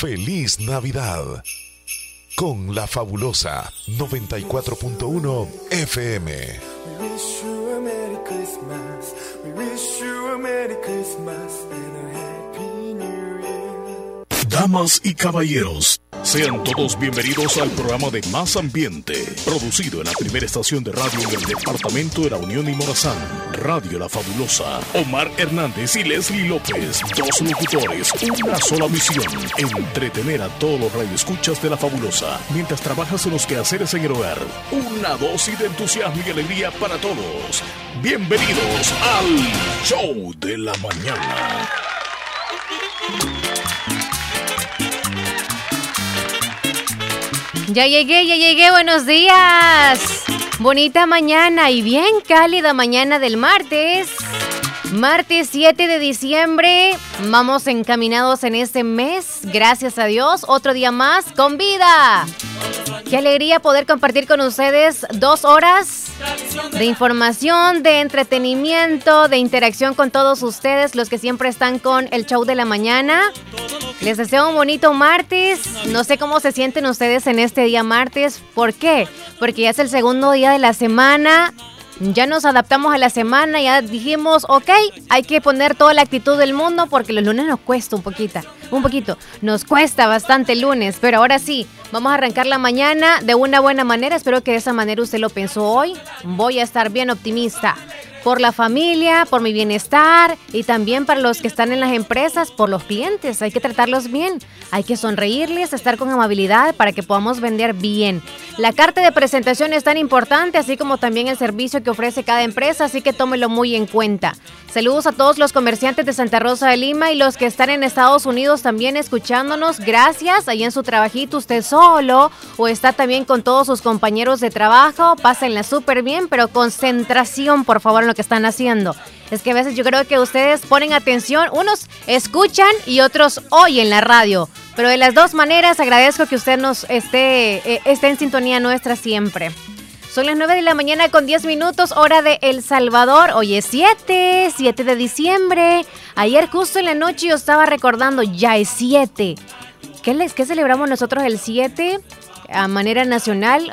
Feliz Navidad con La Fabulosa 94.1 FM. We wish you a Merry Christmas. We wish you a Merry Christmas and a Happy New Year. Damas y caballeros, sean todos bienvenidos al programa de Más Ambiente, producido en la primera estación de radio del departamento de La Unión y Morazán, Radio La Fabulosa. Omar Hernández y Leslie López, dos locutores, una sola misión: entretener a todos los radioescuchas de La Fabulosa mientras trabajas en los quehaceres en el hogar. Una dosis de entusiasmo y alegría para todos. Bienvenidos al Show de la Mañana. Ya llegué, buenos días. Bonita mañana y bien cálida mañana del martes. Martes 7 de diciembre. Vamos encaminados en este mes. Gracias a Dios. Otro día más con vida. Qué alegría poder compartir con ustedes 2 horas de información, de entretenimiento, de interacción con todos ustedes, los que siempre están con el show de la mañana. Les deseo un bonito martes. No sé cómo se sienten ustedes en este día martes. ¿Por qué? Porque ya es el segundo día de la semana. Ya nos adaptamos a la semana, ya dijimos, ok, hay que poner toda la actitud del mundo porque los lunes nos cuesta un poquito. Nos cuesta bastante el lunes, pero ahora sí, vamos a arrancar la mañana de una buena manera. Espero que de esa manera usted lo pensó hoy. Voy a estar bien optimista. Por la familia, por mi bienestar y también para los que están en las empresas, por los clientes. Hay que tratarlos bien, hay que sonreírles, estar con amabilidad para que podamos vender bien. La carta de presentación es tan importante, así como también el servicio que ofrece cada empresa, así que tómelo muy en cuenta. Saludos a todos los comerciantes de Santa Rosa de Lima y los que están en Estados Unidos también escuchándonos. Gracias, ahí en su trabajito usted solo o está también con todos sus compañeros de trabajo. Pásenla súper bien, pero concentración, por favor, en lo que están haciendo. Es que a veces yo creo que ustedes ponen atención, unos escuchan y otros oyen la radio. Pero de las dos maneras agradezco que usted nos esté en sintonía nuestra siempre. Son las 9 de la mañana con 10 minutos, hora de El Salvador. Hoy es 7 de diciembre. Ayer justo en la noche yo estaba recordando, ya es 7. ¿Qué celebramos nosotros el 7 a manera nacional?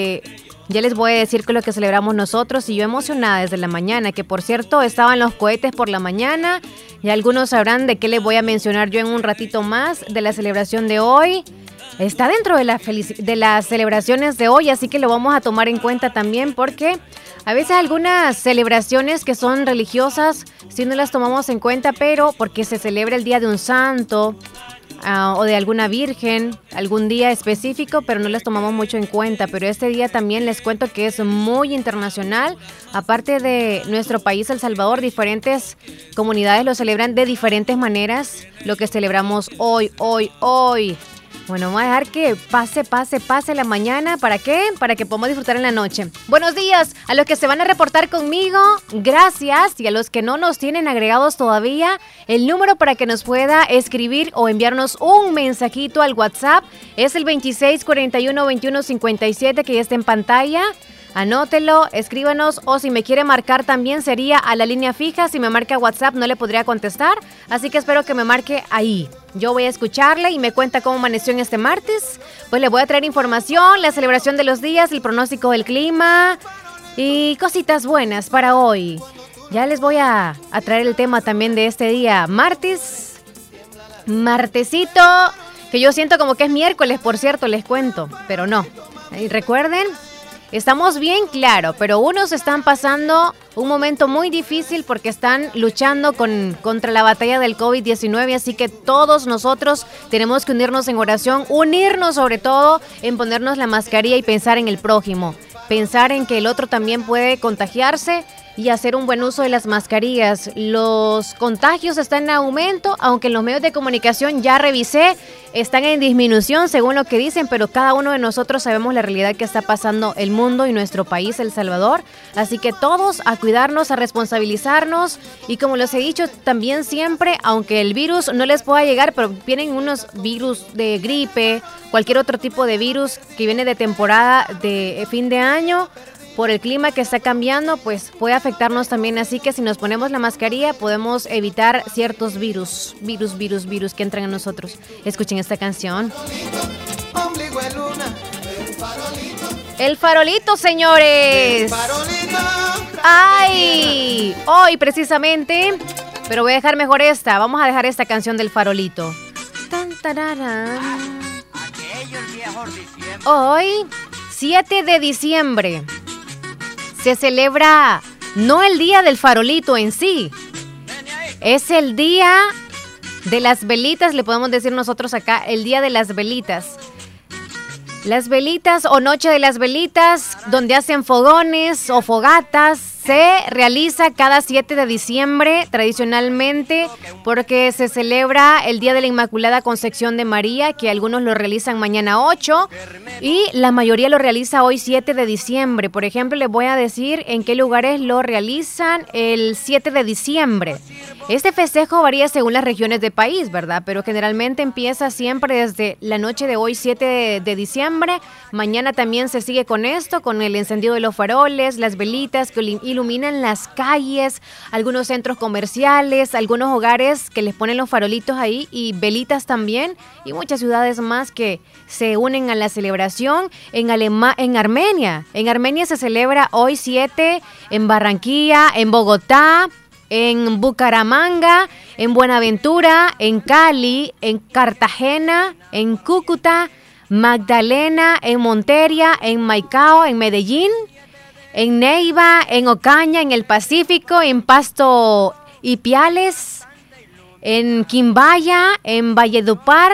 Ya les voy a decir que lo que celebramos nosotros y yo emocionada desde la mañana, que por cierto estaban los cohetes por la mañana y algunos sabrán de qué les voy a mencionar yo en un ratito más de la celebración de hoy. Está dentro de las celebraciones de hoy, así que lo vamos a tomar en cuenta también porque a veces algunas celebraciones que son religiosas sí no las tomamos en cuenta, pero porque se celebra el día de un santo o de alguna virgen, algún día específico, pero no las tomamos mucho en cuenta. Pero este día también les cuento que es muy internacional. Aparte de nuestro país, El Salvador, diferentes comunidades lo celebran de diferentes maneras. Lo que celebramos hoy. Bueno, vamos a dejar que pase la mañana. ¿Para qué? Para que podamos disfrutar en la noche. Buenos días a los que se van a reportar conmigo. Gracias. Y a los que no nos tienen agregados todavía, el número para que nos pueda escribir o enviarnos un mensajito al WhatsApp es el 26412157 que ya está en pantalla. Anótelo, escríbanos o si me quiere marcar también sería a la línea fija. Si me marca WhatsApp no le podría contestar, así que espero que me marque ahí. Yo voy a escucharle y me cuenta cómo amaneció en este martes. Pues le voy a traer información, la celebración de los días, el pronóstico del clima y cositas buenas para hoy. Ya les voy a traer el tema también de este día, martesito, que yo siento como que es miércoles, por cierto, les cuento, pero no. Y recuerden, estamos bien, claro, pero unos están pasando un momento muy difícil porque están luchando contra la batalla del COVID-19, así que todos nosotros tenemos que unirnos en oración, unirnos sobre todo en ponernos la mascarilla y pensar en el prójimo, pensar en que el otro también puede contagiarse y hacer un buen uso de las mascarillas. Los contagios están en aumento, aunque en los medios de comunicación ya revisé, están en disminución según lo que dicen, pero cada uno de nosotros sabemos la realidad que está pasando el mundo y nuestro país, El Salvador. Así que todos a cuidarnos, a responsabilizarnos y como les he dicho también siempre, aunque el virus no les pueda llegar, pero vienen unos virus de gripe, cualquier otro tipo de virus que viene de temporada de fin de año, por el clima que está cambiando, pues puede afectarnos también. Así que si nos ponemos la mascarilla, podemos evitar ciertos virus que entran a nosotros. Escuchen esta canción. El farolito, señores. ¡Ay! Hoy precisamente, pero voy a dejar mejor esta. Vamos a dejar esta canción del farolito. Tan, tararán. Hoy, 7 de diciembre, se celebra no el día del farolito en sí, es el día de las velitas, le podemos decir nosotros acá, el día de las velitas. Las velitas o noche de las velitas, donde hacen fogones o fogatas, se realiza cada 7 de diciembre tradicionalmente porque se celebra el Día de la Inmaculada Concepción de María, que algunos lo realizan mañana 8 y la mayoría lo realiza hoy 7 de diciembre. Por ejemplo, les voy a decir en qué lugares lo realizan el 7 de diciembre. Este festejo varía según las regiones del país, ¿verdad? Pero generalmente empieza siempre desde la noche de hoy, 7 de diciembre. Mañana también se sigue con esto, con el encendido de los faroles, las velitas que iluminan las calles, algunos centros comerciales, algunos hogares que les ponen los farolitos ahí y velitas también, y muchas ciudades más que se unen a la celebración. En Armenia se celebra hoy 7, en Barranquilla, en Bogotá, en Bucaramanga, en Buenaventura, en Cali, en Cartagena, en Cúcuta, Magdalena, en Montería, en Maicao, en Medellín, en Neiva, en Ocaña, en el Pacífico, en Pasto Ipiales, en Quimbaya, en Valledupar,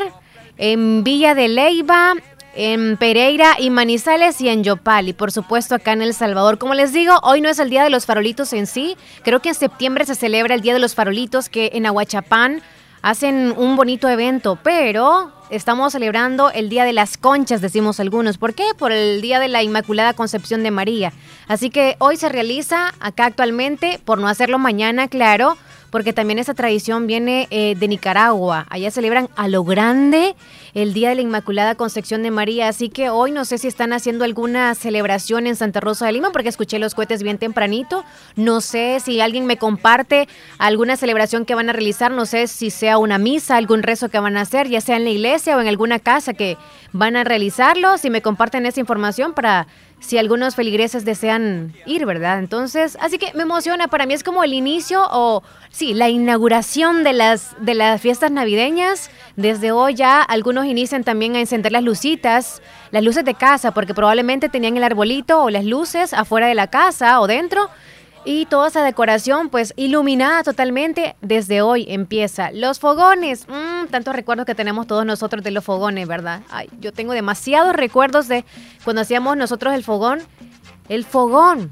en Villa de Leyva, en Pereira y Manizales y en Yopal, y por supuesto acá en El Salvador. Como les digo, hoy no es el Día de los Farolitos en sí, creo que en septiembre se celebra el Día de los Farolitos, que en Ahuachapán hacen un bonito evento, pero estamos celebrando el Día de las Conchas, decimos algunos. ¿Por qué? Por el Día de la Inmaculada Concepción de María. Así que hoy se realiza acá actualmente, por no hacerlo mañana, claro, porque también esa tradición viene de Nicaragua. Allá celebran a lo grande el Día de la Inmaculada Concepción de María. Así que hoy no sé si están haciendo alguna celebración en Santa Rosa de Lima, porque escuché los cohetes bien tempranito. No sé si alguien me comparte alguna celebración que van a realizar. No sé si sea una misa, algún rezo que van a hacer, ya sea en la iglesia o en alguna casa que van a realizarlo. Si me comparten esa información para si algunos feligreses desean ir, ¿verdad? Entonces, así que me emociona. Para mí es como el inicio o, sí, la inauguración de las fiestas navideñas. Desde hoy ya algunos inician también a encender las lucitas, las luces de casa, porque probablemente tenían el arbolito o las luces afuera de la casa o dentro. Y toda esa decoración pues iluminada totalmente, desde hoy empieza. Los fogones, tantos recuerdos que tenemos todos nosotros de los fogones, ¿verdad? Ay, yo tengo demasiados recuerdos de cuando hacíamos nosotros el fogón. El fogón,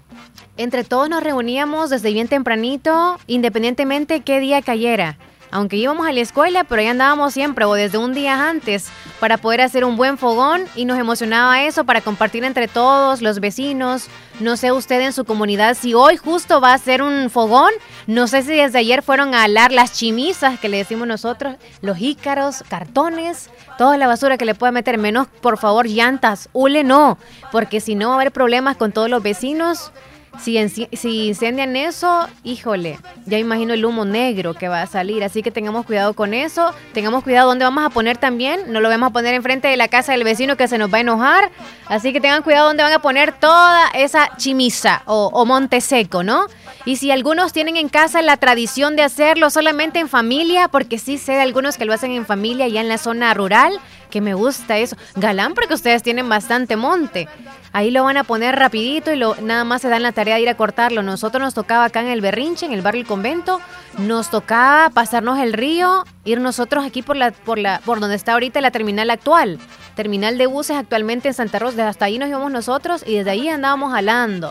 entre todos nos reuníamos desde bien tempranito, independientemente qué día cayera. Aunque íbamos a la escuela, pero ahí andábamos siempre o desde un día antes para poder hacer un buen fogón, y nos emocionaba eso para compartir entre todos los vecinos. No sé usted en su comunidad si hoy justo va a ser un fogón. No sé si desde ayer fueron a alar las chimisas que le decimos nosotros, los jícaros, cartones, toda la basura que le pueda meter, menos por favor llantas, hule no, porque si no va a haber problemas con todos los vecinos. Si incendian eso, híjole, ya imagino el humo negro que va a salir, así que tengamos cuidado con eso, tengamos cuidado dónde vamos a poner también, no lo vamos a poner enfrente de la casa del vecino que se nos va a enojar, así que tengan cuidado dónde van a poner toda esa chimisa o monte seco, ¿no? Y si algunos tienen en casa la tradición de hacerlo solamente en familia, porque sí sé de algunos que lo hacen en familia ya en la zona rural, que me gusta eso. Galán, porque ustedes tienen bastante monte. Ahí lo van a poner rapidito y nada más se dan la tarea de ir a cortarlo. Nosotros nos tocaba acá en el Berrinche, en el barrio El Convento, nos tocaba pasarnos el río, ir nosotros aquí por donde está ahorita la terminal actual. Terminal de buses actualmente en Santa Rosa, hasta ahí nos íbamos nosotros y desde ahí andábamos alando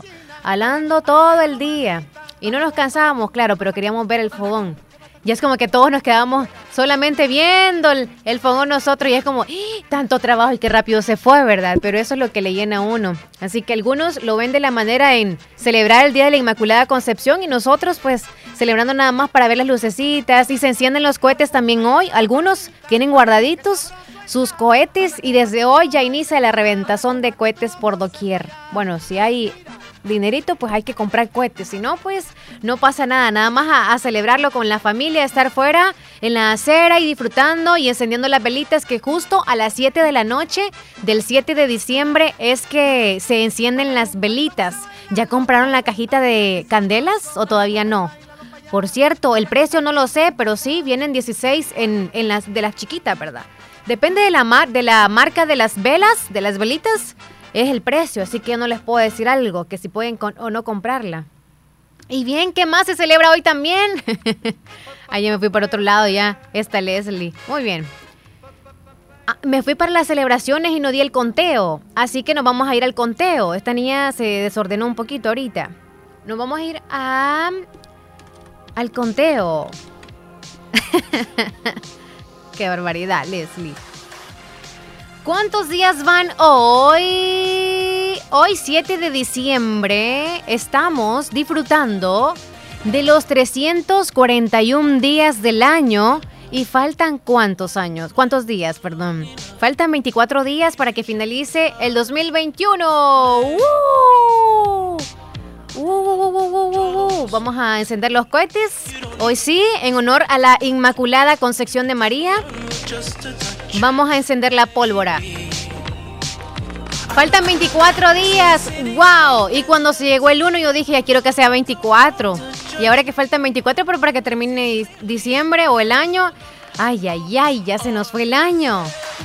todo el día. Y no nos cansábamos, claro, pero queríamos ver el fogón. Ya es como que todos nos quedamos solamente viendo el fogón nosotros y es como, tanto trabajo y qué rápido se fue, ¿verdad? Pero eso es lo que le llena a uno. Así que algunos lo ven de la manera en celebrar el Día de la Inmaculada Concepción y nosotros pues celebrando nada más para ver las lucecitas, y se encienden los cohetes también hoy. Algunos tienen guardaditos sus cohetes y desde hoy ya inicia la reventazón de cohetes por doquier. Bueno, si hay dinerito, pues hay que comprar cohetes, si no, pues no pasa nada, nada más a celebrarlo con la familia, estar fuera en la acera y disfrutando y encendiendo las velitas, que justo a las 7 de la noche del 7 de diciembre es que se encienden las velitas. ¿Ya compraron la cajita de candelas o todavía no? Por cierto, el precio no lo sé, pero sí, vienen 16 en las de las chiquitas, ¿verdad? Depende de la marca de las velas, de las velitas, es el precio, así que yo no les puedo decir algo, que si pueden o no comprarla. Y bien, ¿qué más se celebra hoy también? Ayer me fui para otro lado ya, esta Leslie. Muy bien. Me fui para las celebraciones y no di el conteo, así que nos vamos a ir al conteo. Esta niña se desordenó un poquito ahorita. Nos vamos a ir al conteo. Qué barbaridad, Leslie. ¿Cuántos días van hoy? Hoy 7 de diciembre estamos disfrutando de los 341 días del año y faltan ¿cuántos días, perdón? Faltan 24 días para que finalice el 2021. Vamos a encender los cohetes. Hoy sí, en honor a la Inmaculada Concepción de María. Vamos a encender la pólvora. Faltan 24 días. ¡Wow! Y cuando se llegó el 1 yo dije, ya quiero que sea 24. Y ahora que faltan 24, pero para que termine diciembre o el año. ¡Ay, ay, ay! Ya se nos fue el año.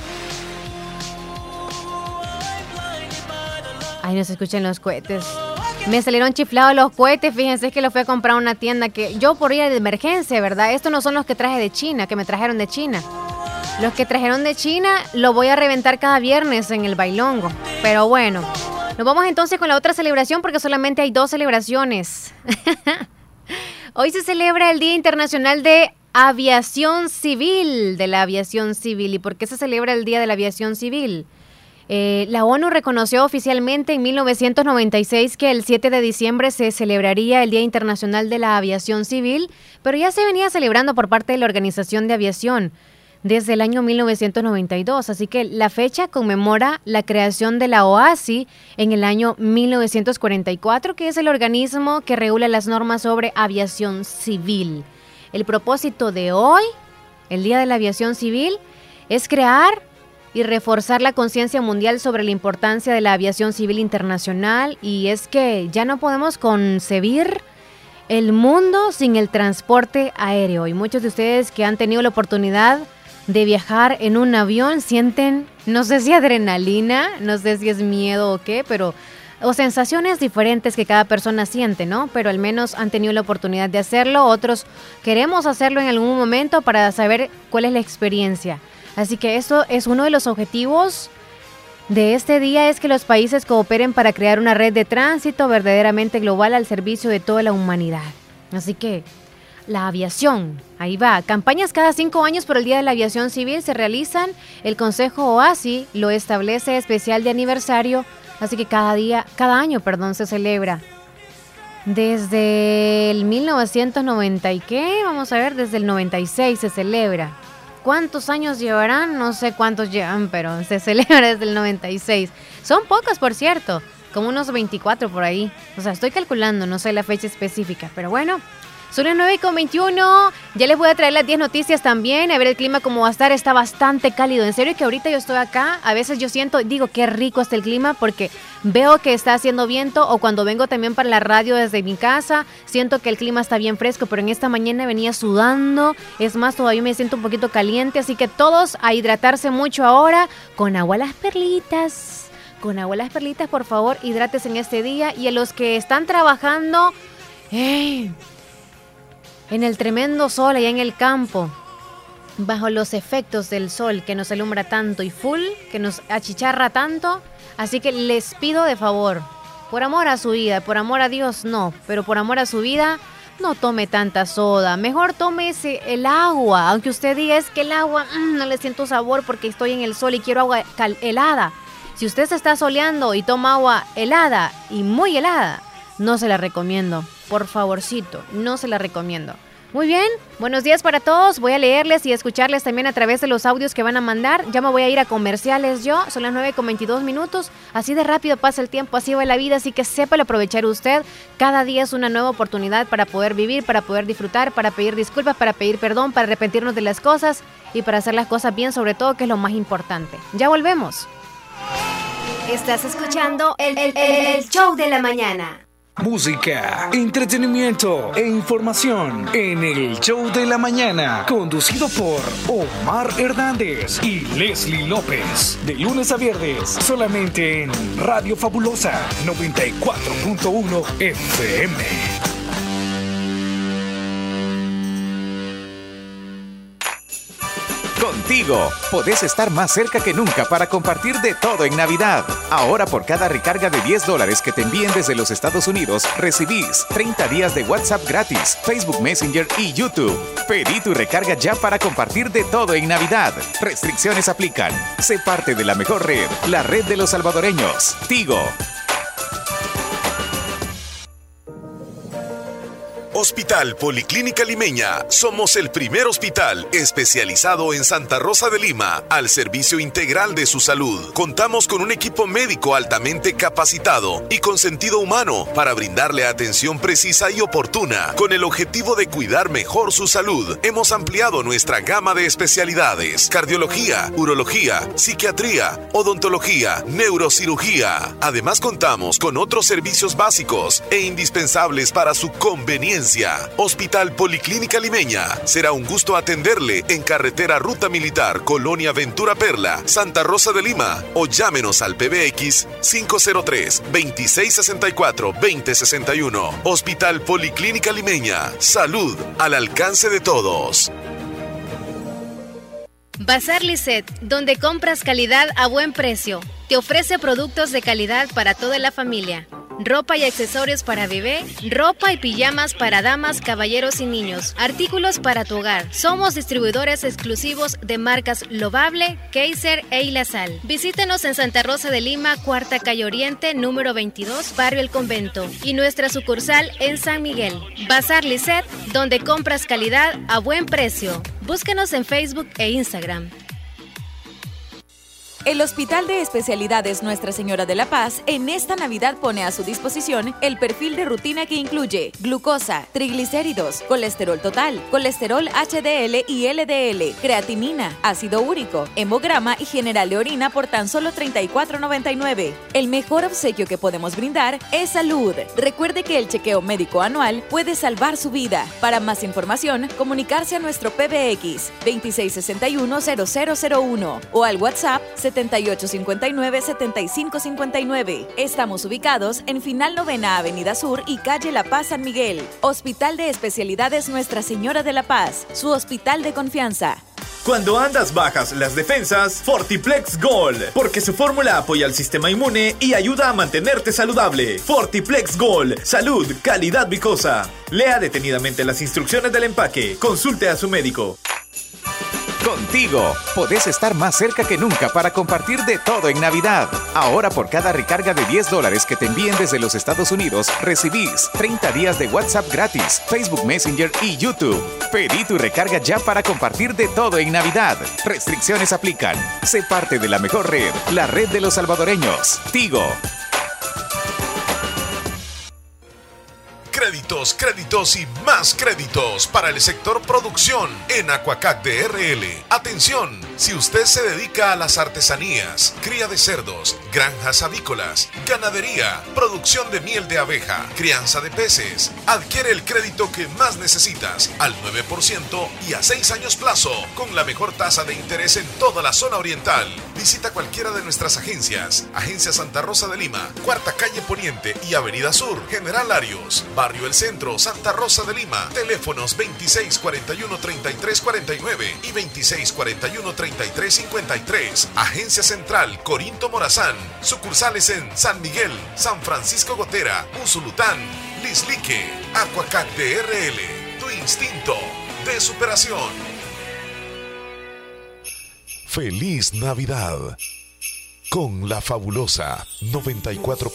Ay, no se escuchan los cohetes. Me salieron chiflados los cohetes. Fíjense que los fui a comprar a una tienda que yo por ir de emergencia, ¿verdad? Estos no son los que traje de China, que me trajeron de China. Los que trajeron de China lo voy a reventar cada viernes en el bailongo. Pero bueno, nos vamos entonces con la otra celebración porque solamente hay 2 celebraciones. Hoy se celebra el Día Internacional de Aviación Civil, de la Aviación Civil. ¿Y por qué se celebra el Día de la Aviación Civil? La ONU reconoció oficialmente en 1996 que el 7 de diciembre se celebraría el Día Internacional de la Aviación Civil, pero ya se venía celebrando por parte de la Organización de Aviación desde el año 1992, así que la fecha conmemora la creación de la OASI en el año 1944, que es el organismo que regula las normas sobre aviación civil. El propósito de hoy, el Día de la Aviación Civil, es crear y reforzar la conciencia mundial sobre la importancia de la aviación civil internacional, y es que ya no podemos concebir el mundo sin el transporte aéreo, y muchos de ustedes que han tenido la oportunidad de viajar en un avión sienten, no sé si adrenalina, no sé si es miedo o qué, pero o sensaciones diferentes que cada persona siente, ¿no? Pero al menos han tenido la oportunidad de hacerlo, otros queremos hacerlo en algún momento para saber cuál es la experiencia. Así que eso es uno de los objetivos de este día, es que los países cooperen para crear una red de tránsito verdaderamente global al servicio de toda la humanidad. Así que la aviación, ahí va. Campañas cada 5 años por el Día de la Aviación Civil se realizan. El Consejo OASI lo establece especial de aniversario, así que cada año se celebra. Desde el 1990 y qué, vamos a ver, desde el 96 se celebra. ¿Cuántos años llevarán? No sé cuántos llevan, pero se celebra desde el 96. Son pocos, por cierto, como unos 24 por ahí. O sea, estoy calculando, no sé la fecha específica, pero bueno. Son las 9:21, ya les voy a traer las 10 noticias también, a ver el clima cómo va a estar, está bastante cálido, en serio que ahorita yo estoy acá, a veces yo digo qué rico está el clima porque veo que está haciendo viento, o cuando vengo también para la radio desde mi casa, siento que el clima está bien fresco, pero en esta mañana venía sudando, es más, todavía me siento un poquito caliente, así que todos a hidratarse mucho ahora, con agua las perlitas, por favor, hidrátense en este día, y a los que están trabajando, en el tremendo sol allá en el campo, bajo los efectos del sol que nos alumbra tanto y full, que nos achicharra tanto. Así que les pido de favor, por amor a su vida, por amor a Dios no, pero por amor a su vida, no tome tanta soda. Mejor tómese el agua, aunque usted diga es que el agua no le siento sabor porque estoy en el sol y quiero agua helada. Si usted se está soleando y toma agua helada y muy helada, no se la recomiendo. Por favorcito, no se la recomiendo. Muy bien, buenos días para todos. Voy a leerles y escucharles también a través de los audios que van a mandar. Ya me voy a ir a comerciales yo, son las 9:22. Así de rápido pasa el tiempo, así va la vida, así que sépalo aprovechar usted. Cada día es una nueva oportunidad para poder vivir, para poder disfrutar, para pedir disculpas, para pedir perdón, para arrepentirnos de las cosas y para hacer las cosas bien, sobre todo, que es lo más importante. Ya volvemos. Estás escuchando el show de la mañana. Música, entretenimiento e información en el show de la mañana, conducido por Omar Hernández y Leslie López, de lunes a viernes, solamente en Radio Fabulosa 94.1 FM. Contigo, podés estar más cerca que nunca para compartir de todo en Navidad. Ahora por cada recarga de $10 que te envíen desde los Estados Unidos, recibís 30 días de WhatsApp gratis, Facebook Messenger y YouTube. Pedí tu recarga ya para compartir de todo en Navidad. Restricciones aplican. Sé parte de la mejor red, la red de los salvadoreños. Tigo. Hospital Policlínica Limeña. Somos el primer hospital especializado en Santa Rosa de Lima al servicio integral de su salud. Contamos con un equipo médico altamente capacitado y con sentido humano para brindarle atención precisa y oportuna. Con el objetivo de cuidar mejor su salud, hemos ampliado nuestra gama de especialidades: cardiología, urología, psiquiatría, odontología, neurocirugía. Además, contamos con otros servicios básicos e indispensables para su conveniencia. Hospital Policlínica Limeña. Será un gusto atenderle en carretera Ruta Militar, Colonia Ventura Perla, Santa Rosa de Lima, o llámenos al PBX 503-2664-2061. Hospital Policlínica Limeña. Salud al alcance de todos. Bazar Lisset, donde compras calidad a buen precio. Te ofrece productos de calidad para toda la familia. Ropa y accesorios para bebé, ropa y pijamas para damas, caballeros y niños, artículos para tu hogar. Somos distribuidores exclusivos de marcas Lovable, Kaiser e Ilasal. Visítenos en Santa Rosa de Lima, Cuarta Calle Oriente, número 22, Barrio El Convento, y nuestra sucursal en San Miguel. Bazar Lisset, donde compras calidad a buen precio. Búsquenos en Facebook e Instagram. El Hospital de Especialidades Nuestra Señora de la Paz en esta Navidad pone a su disposición el perfil de rutina que incluye glucosa, triglicéridos, colesterol total, colesterol HDL y LDL, creatinina, ácido úrico, hemograma y general de orina por tan solo $34.99. El mejor obsequio que podemos brindar es salud. Recuerde que el chequeo médico anual puede salvar su vida. Para más información, comunicarse a nuestro PBX 2661-0001 o al WhatsApp 7859-7559. Estamos ubicados en Final Novena Avenida Sur y Calle La Paz San Miguel. Hospital de Especialidades Nuestra Señora de la Paz, su hospital de confianza. Cuando andas bajas las defensas, Fortiplex Gold, porque su fórmula apoya al sistema inmune y ayuda a mantenerte saludable. Fortiplex Gold, salud, calidad vicosa. Lea detenidamente las instrucciones del empaque. Consulte a su médico. Contigo, podés estar más cerca que nunca para compartir de todo en Navidad. Ahora por cada recarga de $10 que te envíen desde los Estados Unidos, recibís 30 días de WhatsApp gratis, Facebook Messenger y YouTube. Pedí tu recarga ya para compartir de todo en Navidad. Restricciones aplican. Sé parte de la mejor red, la red de los salvadoreños. Tigo. Créditos y más créditos para el sector producción en Aquacac DRL. Atención, si usted se dedica a las artesanías, cría de cerdos, granjas avícolas, ganadería, producción de miel de abeja, crianza de peces, adquiere el crédito que más necesitas al 9% y a 6 años plazo, con la mejor tasa de interés en toda la zona oriental. Visita cualquiera de nuestras agencias. Agencia Santa Rosa de Lima, Cuarta Calle Poniente y Avenida Sur, General Arios, Barrio El Centro, Santa Rosa de Lima. Teléfonos 2641-3349 y 2641-3353. Agencia Central Corinto Morazán. Sucursales en San Miguel, San Francisco Gotera, Usulután, Lislique. Aquacac DRL, tu instinto de superación. Feliz Navidad con la fabulosa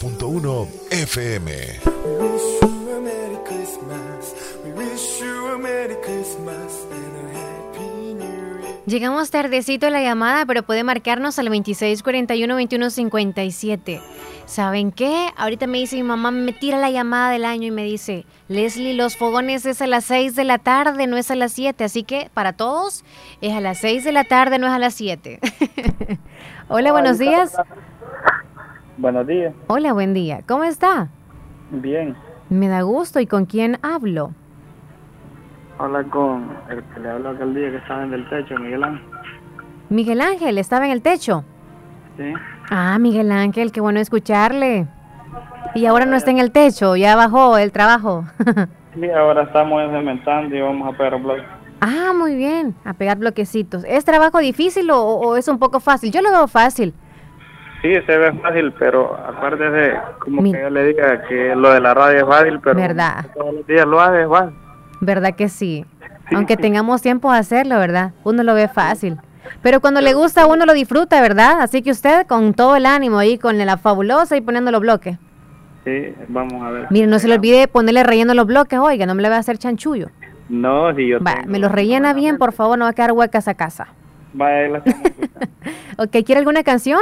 94.1 FM. We wish you a Merry Merry Christmas and a Happy New Year. Llegamos tardecito a la llamada, pero puede marcarnos al 2641-2157. ¿Saben qué? Ahorita me dice mi mamá, me tira la llamada del año y me dice, Leslie, los fogones es a las 6 de la tarde, no es a las 7. Así que para todos es a las 6 de la tarde, no es a las 7. Hola, buenos días. Buenos días. Hola, buen día. ¿Cómo está? Bien. Me da gusto. ¿Y con quién hablo? Habla con el que le habló aquel día que estaba en el techo, Miguel Ángel. Miguel Ángel, ¿estaba en el techo? Sí. Ah, Miguel Ángel, qué bueno escucharle. Y ahora no está en el techo, ya bajó el trabajo. Sí, ahora estamos cementando y vamos a pegar bloques. Ah, muy bien, a pegar bloquecitos. ¿Es trabajo difícil o es un poco fácil? Yo lo veo fácil. Sí, se ve fácil, pero acuérdese, como que yo le diga que lo de la radio es fácil, pero ¿verdad? Todos los días lo hace igual. ¿Verdad que sí? Aunque tengamos tiempo de hacerlo, ¿verdad? Uno lo ve fácil. Pero cuando le gusta, uno lo disfruta, ¿verdad? Así que usted con todo el ánimo ahí, con la fabulosa y poniendo los bloques. Sí, vamos a ver. Mire, no se le olvide ponerle relleno los bloques, oiga, no me le va a hacer chanchullo. No, si yo me los rellena bien, por favor, no va a quedar huecas a casa. Vaya, la Ok, ¿quiere alguna canción?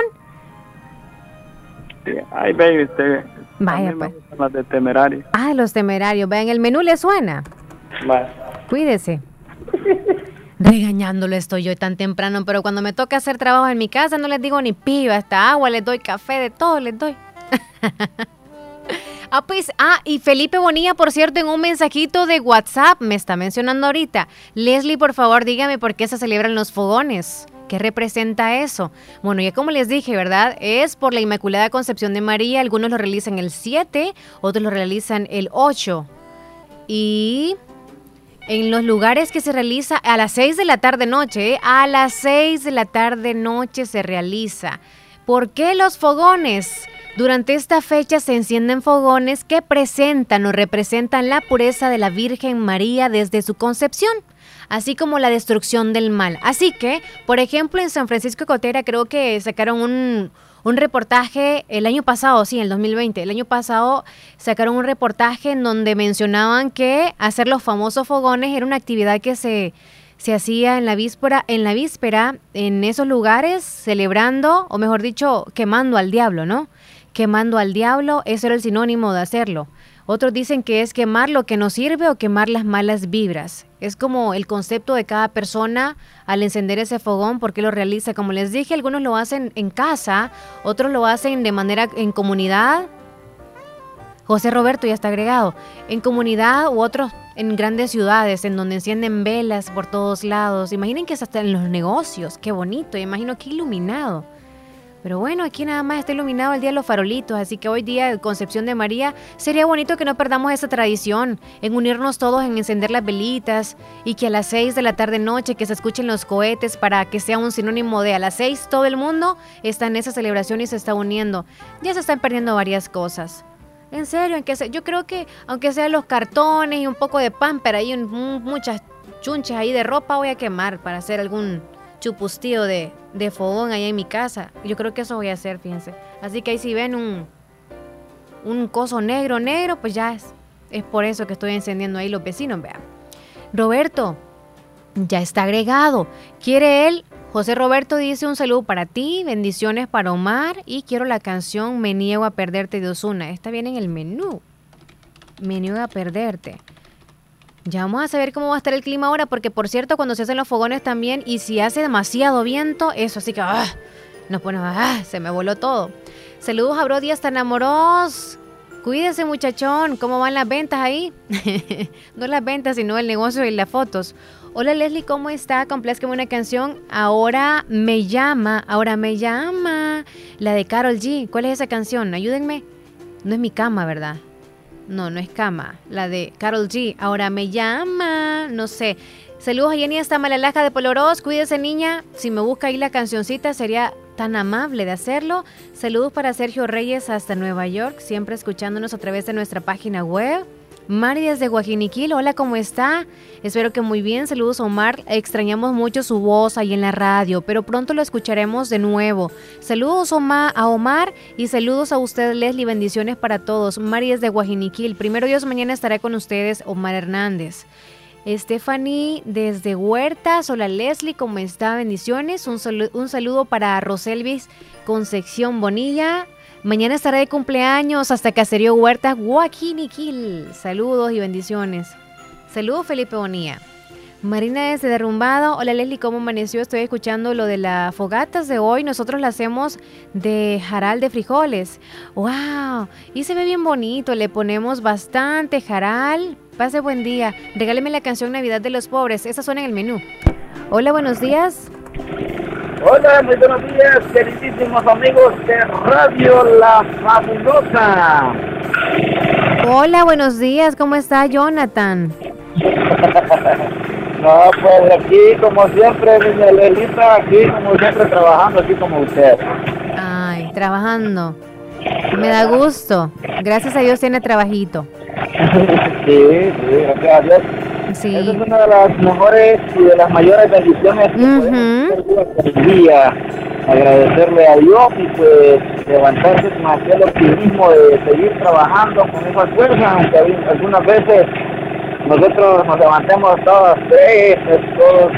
Sí. Ay, baby, usted. Vaya, pues. Las de Temerarios. Ah, los Temerarios. Vean, el menú le suena. Vaya. Cuídese. Regañándolo estoy yo tan temprano, pero cuando me toca hacer trabajo en mi casa no les digo ni piba, hasta agua les doy, café, de todo les doy. Y Felipe Bonilla, por cierto, en un mensajito de WhatsApp me está mencionando ahorita. Leslie, por favor, dígame por qué se celebran los fogones. ¿Qué representa eso? Bueno, ya como les dije, ¿verdad? Es por la Inmaculada Concepción de María. Algunos lo realizan el 7, otros lo realizan el 8. Y en los lugares que se realiza a las 6 de la tarde-noche, a las 6 de la tarde-noche se realiza. ¿Por qué los fogones? Durante esta fecha se encienden fogones que presentan o representan la pureza de la Virgen María desde su concepción, así como la destrucción del mal. Así que, por ejemplo, en San Francisco de Cotera creo que sacaron un reportaje el año pasado, sí, en el 2020. El año pasado sacaron un reportaje en donde mencionaban que hacer los famosos fogones era una actividad que se hacía en la víspera en esos lugares, celebrando, o mejor dicho, quemando al diablo, ¿no? Quemando al diablo, eso era el sinónimo de hacerlo. Otros dicen que es quemar lo que no sirve o quemar las malas vibras. Es como el concepto de cada persona al encender ese fogón, porque lo realiza. Como les dije, algunos lo hacen en casa, otros lo hacen de manera en comunidad. José Roberto ya está agregado. En comunidad u otros en grandes ciudades, en donde encienden velas por todos lados. Imaginen que es hasta en los negocios. Qué bonito, imagino que iluminado. Pero bueno, aquí nada más está iluminado el día de los farolitos, así que hoy día de Concepción de María sería bonito que no perdamos esa tradición, en unirnos todos en encender las velitas y que a las 6 de la tarde-noche que se escuchen los cohetes para que sea un sinónimo de a las 6 todo el mundo está en esa celebración y se está uniendo. Ya se están perdiendo varias cosas. En serio, yo creo que aunque sean los cartones y un poco de pamper ahí, muchas chunches ahí de ropa voy a quemar para hacer algún chupustío de fogón allá en mi casa. Yo creo que eso voy a hacer, fíjense. Así que ahí si ven un coso negro, pues ya es por eso que estoy encendiendo ahí los vecinos, vean. Roberto, ya está agregado. ¿Quiere él? José Roberto dice un saludo para ti, bendiciones para Omar y quiero la canción Me Niego a Perderte de Ozuna. Esta viene en el menú. Me Niego a Perderte. Ya vamos a saber cómo va a estar el clima ahora, porque por cierto, cuando se hacen los fogones también, y si hace demasiado viento, eso sí que nos pone, se me voló todo. Saludos a Brody hasta enamoros. Cuídese, muchachón. ¿Cómo van las ventas ahí? No las ventas, sino el negocio y las fotos. Hola Leslie, ¿cómo está? Complázcame una canción. Ahora me llama. La de Karol G. ¿Cuál es esa canción? Ayúdenme. No es mi cama, ¿verdad? No es cama. La de Karol G. Ahora me llama. No sé. Saludos a Jenny hasta Malalaja de Polorós. Cuídese, niña. Si me busca ahí la cancioncita, sería tan amable de hacerlo. Saludos para Sergio Reyes hasta Nueva York. Siempre escuchándonos a través de nuestra página web. Mari desde Guajiniquil. Hola, ¿cómo está? Espero que muy bien. Saludos, Omar. Extrañamos mucho su voz ahí en la radio, pero pronto lo escucharemos de nuevo. Saludos a Omar y saludos a usted, Leslie. Bendiciones para todos. Mari desde Guajiniquil. Primero Dios, mañana estaré con ustedes, Omar Hernández. Stephanie desde Huertas. Hola Leslie, ¿cómo está? Bendiciones. Un saludo para Roselvis Concepción Bonilla. Mañana estará de cumpleaños hasta Caserío Huertas, Guaquiniquil. Saludos y bendiciones. Saludos Felipe Bonilla. Marina desde Derrumbado. Hola Leslie, ¿cómo amaneció? Estoy escuchando lo de las fogatas de hoy. Nosotros las hacemos de jaral de frijoles. ¡Wow! Y se ve bien bonito. Le ponemos bastante jaral. Pase buen día. Regáleme la canción Navidad de los Pobres. Esa suena en el menú. Hola, buenos días. Hola, muy buenos días, queridísimos amigos de Radio La Fabulosa. Hola, buenos días. ¿Cómo está Jonathan? No, pues aquí como siempre, mi Lelita, aquí como siempre trabajando, aquí como usted. Ay, trabajando. Me da gusto. Gracias a Dios tiene trabajito. Sí, gracias a Dios. Sí. Esa es una de las mejores y de las mayores bendiciones que podemos hacer durante el día. Agradecerle a Dios y pues levantarse con aquel optimismo de seguir trabajando con esa fuerza, aunque algunas veces nosotros nos levantemos todos tristes, todos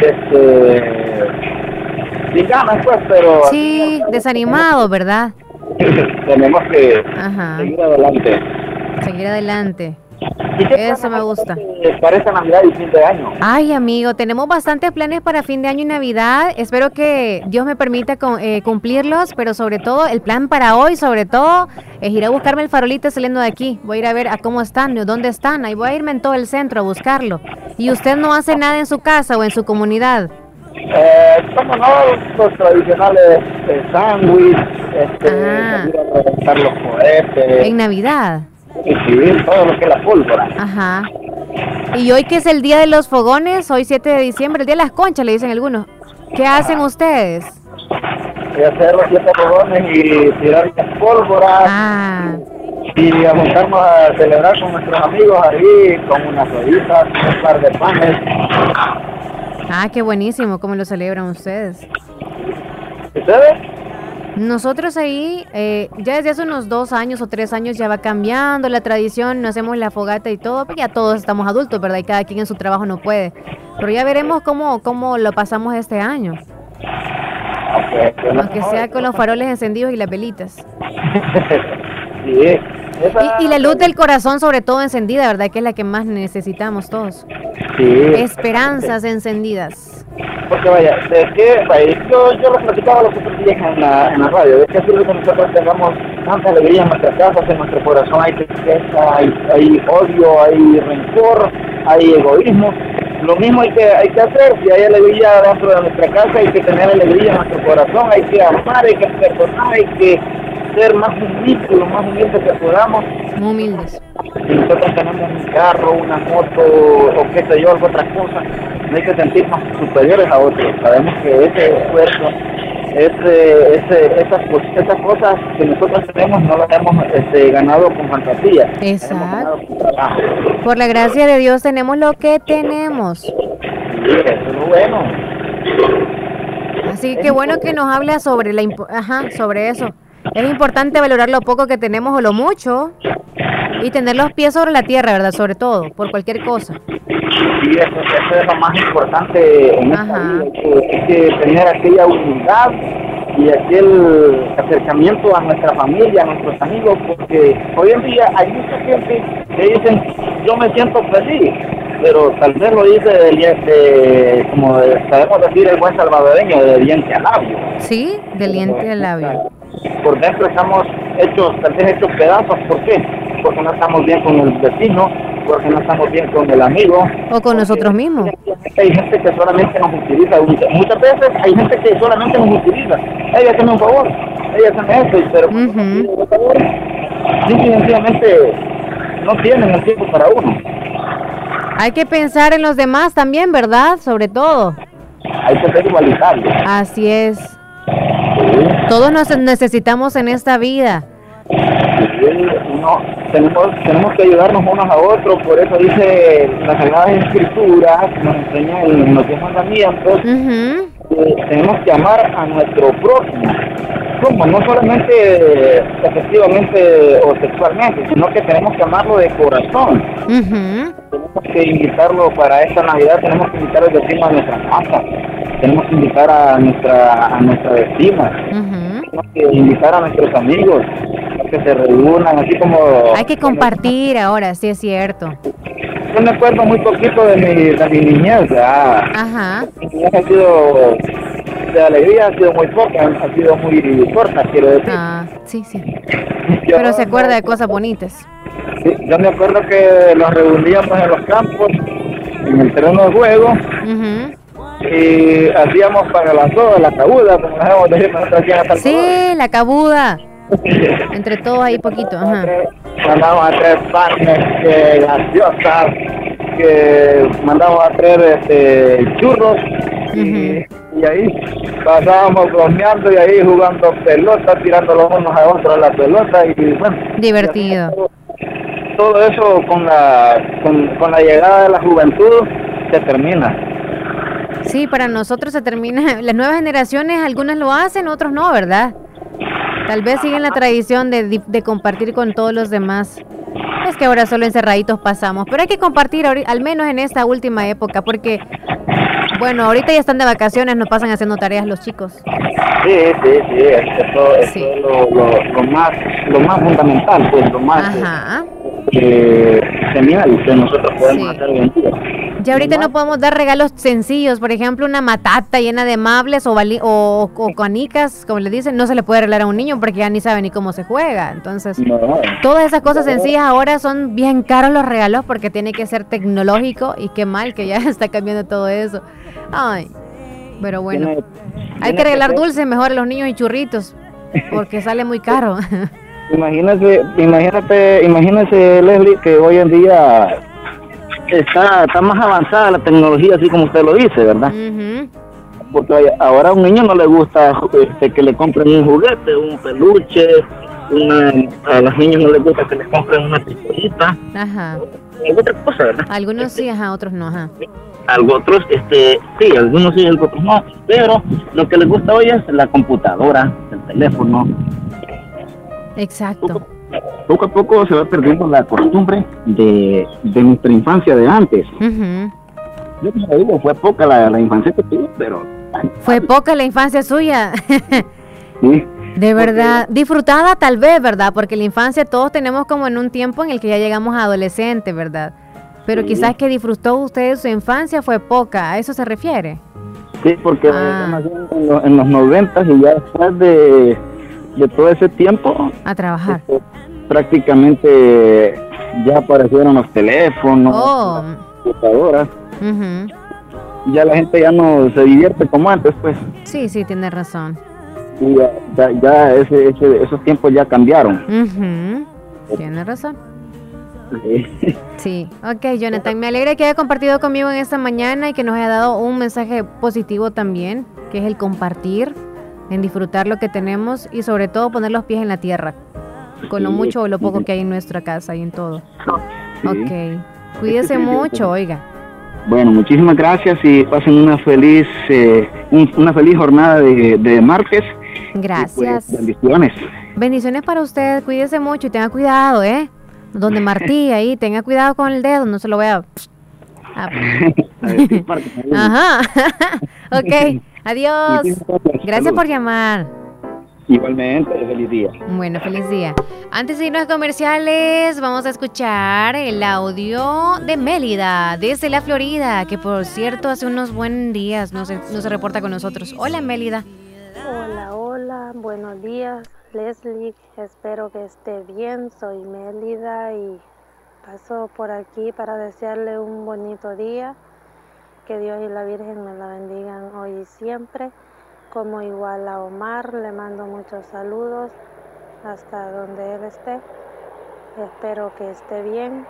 sin ganas pues, pero... Sí, desanimados, ¿verdad? Tenemos que seguir adelante. Seguir adelante. Eso me gusta. Para esta Navidad y fin de año. Ay, amigo, tenemos bastantes planes para fin de año y Navidad. Espero que Dios me permita cumplirlos, pero sobre todo, el plan para hoy, sobre todo, es ir a buscarme el farolito saliendo de aquí. Voy a ir a ver a cómo están, dónde están. Ahí voy a irme en todo el centro a buscarlo. ¿Y usted no hace nada en su casa o en su comunidad? Como no, los tradicionales sándwiches, salir a reventar los cohetes. ¿En Navidad? Sí, todo lo que es la pólvora. Ajá. Y hoy que es el día de los fogones, hoy 7 de diciembre, el día de las conchas, le dicen algunos. ¿Qué hacen ustedes? Y hacer los 7 fogones y tirar las pólvoras. Y a juntarnos a celebrar con nuestros amigos ahí, con unas ollitas, un par de panes. Ah, qué buenísimo, ¿cómo lo celebran ustedes? ¿Ustedes? Nosotros ahí, ya desde hace unos 2 años o 3 años ya va cambiando la tradición, nos hacemos la fogata y todo, porque ya todos estamos adultos, ¿verdad? Y cada quien en su trabajo no puede. Pero ya veremos cómo lo pasamos este año. Aunque sea con los faroles encendidos y las velitas. Sí. Y la luz del corazón sobre todo encendida, ¿verdad? Que es la que más necesitamos todos. Sí. Esperanzas encendidas. Porque vaya, yo lo platicaba los otros días en la radio, es que así que nosotros tengamos tanta alegría en nuestras casas, en nuestro corazón hay tristeza, hay odio, hay rencor, hay egoísmo. Lo mismo hay que hacer, si hay alegría dentro de nuestra casa, hay que tener alegría en nuestro corazón, hay que amar, hay que perdonar, hay que ser más humildes, lo más humildes que podamos. Muy humildes. Si nosotros tenemos un carro, una moto o qué sé yo, alguna otra cosa, no hay que sentirnos superiores a otros. Sabemos que ese esfuerzo, esas cosas que nosotros tenemos no las hemos ganado con fantasía. Exacto. Por la gracia de Dios tenemos lo que tenemos. Sí, eso es lo bueno. Así que bueno que nos habla sobre sobre eso. Es importante valorar lo poco que tenemos o lo mucho y tener los pies sobre la tierra, ¿verdad? Sobre todo, por cualquier cosa. Sí, eso es lo más importante en esta vida, hay que tener aquella humildad y aquel acercamiento a nuestra familia, a nuestros amigos, porque hoy en día hay mucha gente que dicen, yo me siento feliz, pero tal vez lo dice como sabemos decir el buen salvadoreño, de diente al labio. Sí, de diente al labio. Por dentro estamos tal vez hechos pedazos, ¿por qué? Porque no estamos bien con el vecino, porque no estamos bien con el amigo. O con nosotros mismos. Hay gente que solamente nos utiliza. Muchas veces hay gente que solamente nos utiliza. Ella hazme un favor, ella hazme esto, pero por favor, sencillamente no tienen el tiempo para uno. Hay que pensar en los demás también, ¿verdad? Sobre todo. Hay que ser igualitario. Así es. Sí. Todos nos necesitamos en esta vida. Tenemos que ayudarnos unos a otros, por eso dice las Sagradas Escrituras, nos enseña en los 10 mandamientos, tenemos que amar a nuestro prójimo ¿cómo? No solamente efectivamente o sexualmente, sino que tenemos que amarlo de corazón. Tenemos que invitarlo para esta Navidad, tenemos que invitar al vecino a nuestra casa, tenemos que invitar a nuestra vecina, tenemos que invitar a nuestros amigos que se reúnan, así como... Hay que compartir ahora, sí es cierto. Yo me acuerdo muy poquito de mi niñez, Ajá. Mi niñez ha sido... de alegría ha sido muy poca, ha sido muy corta, quiero decir. Sí. Pero se acuerda de cosas bonitas. Sí, yo me acuerdo que nos reuníamos en los campos, en el terreno de juego, y hacíamos para las dos, la cabuda, como nos decir nosotros aquí en El Salvador. Sí, la cabuda. Entre todos ahí poquito, ajá. Mandamos a traer panes, gaseosas, que mandamos a traer churros, y ahí pasábamos bromeando y ahí jugando pelota, tirando los unos a otros la pelota y bueno. Divertido. Todo eso con la llegada de la juventud se termina. Sí, para nosotros se termina. Las nuevas generaciones, algunas lo hacen, otros no, ¿verdad? Tal vez siguen la tradición de compartir con todos los demás. Es que ahora solo encerraditos pasamos, pero hay que compartir al menos en esta última época, porque, bueno, ahorita ya están de vacaciones, no pasan haciendo tareas los chicos. Sí, eso es lo más fundamental, pues, lo más genial que nosotros podemos hacer hoy en día. Ya ahorita no podemos dar regalos sencillos, por ejemplo, una matata llena de mables o canicas, como le dicen, no se le puede regalar a un niño porque ya ni sabe ni cómo se juega. Entonces, todas esas cosas sencillas ahora son bien caros los regalos porque tiene que ser tecnológico y qué mal que ya está cambiando todo eso. Ay, pero bueno, hay que regalar dulces mejor a los niños y churritos porque sale muy caro. Imagínese, Leslie, que hoy en día está más avanzada la tecnología, así como usted lo dice, ¿verdad? Porque ahora a un niño no le gusta que le compren un juguete, un peluche, a los niños no les gusta que les compren una pistolita, otra cosa, ¿verdad? Algunos sí, otros no, Otros, sí, algunos sí, otros no, pero lo que les gusta hoy es la computadora, el teléfono. Exacto. Poco a poco se va perdiendo la costumbre de nuestra infancia de antes. Yo te digo, fue poca la infancia que tuve, pero... Fue poca la infancia suya. Sí. De verdad, disfrutada tal vez, ¿verdad? Porque la infancia todos tenemos como en un tiempo en el que ya llegamos a adolescente, ¿verdad? Pero quizás que disfrutó usted de su infancia fue poca, ¿a eso se refiere? Sí, porque nací en los 90 y ya después de todo ese tiempo a trabajar, prácticamente ya aparecieron los teléfonos, las computadoras. Ya la gente ya no se divierte como antes, pues. Sí, tiene razón. Y ya esos tiempos ya cambiaron. Tiene razón. Sí, ok, Jonathan, me alegra que haya compartido conmigo en esta mañana y que nos haya dado un mensaje positivo también, que es el compartir, en disfrutar lo que tenemos y sobre todo poner los pies en la tierra, con lo mucho o lo poco que hay en nuestra casa y en todo. Ok, cuídese mucho, oiga. Bueno, muchísimas gracias y pasen una feliz jornada de martes. Gracias. Pues, bendiciones. Bendiciones para usted, cuídese mucho y tenga cuidado, donde Martí, ahí, tenga cuidado con el dedo, no se lo vea. Ajá. Ok, adiós. Gracias por llamar. Igualmente, feliz día. Bueno, feliz día. Antes de irnos a comerciales, vamos a escuchar el audio de Mélida, desde la Florida, que por cierto hace unos buenos días no se reporta con nosotros. Hola, Mélida. Hola, buenos días, Leslie. Espero que esté bien. Soy Mélida y paso por aquí para desearle un bonito día. Que Dios y la Virgen me la bendigan hoy y siempre. Como igual a Omar, le mando muchos saludos hasta donde él esté. Espero que esté bien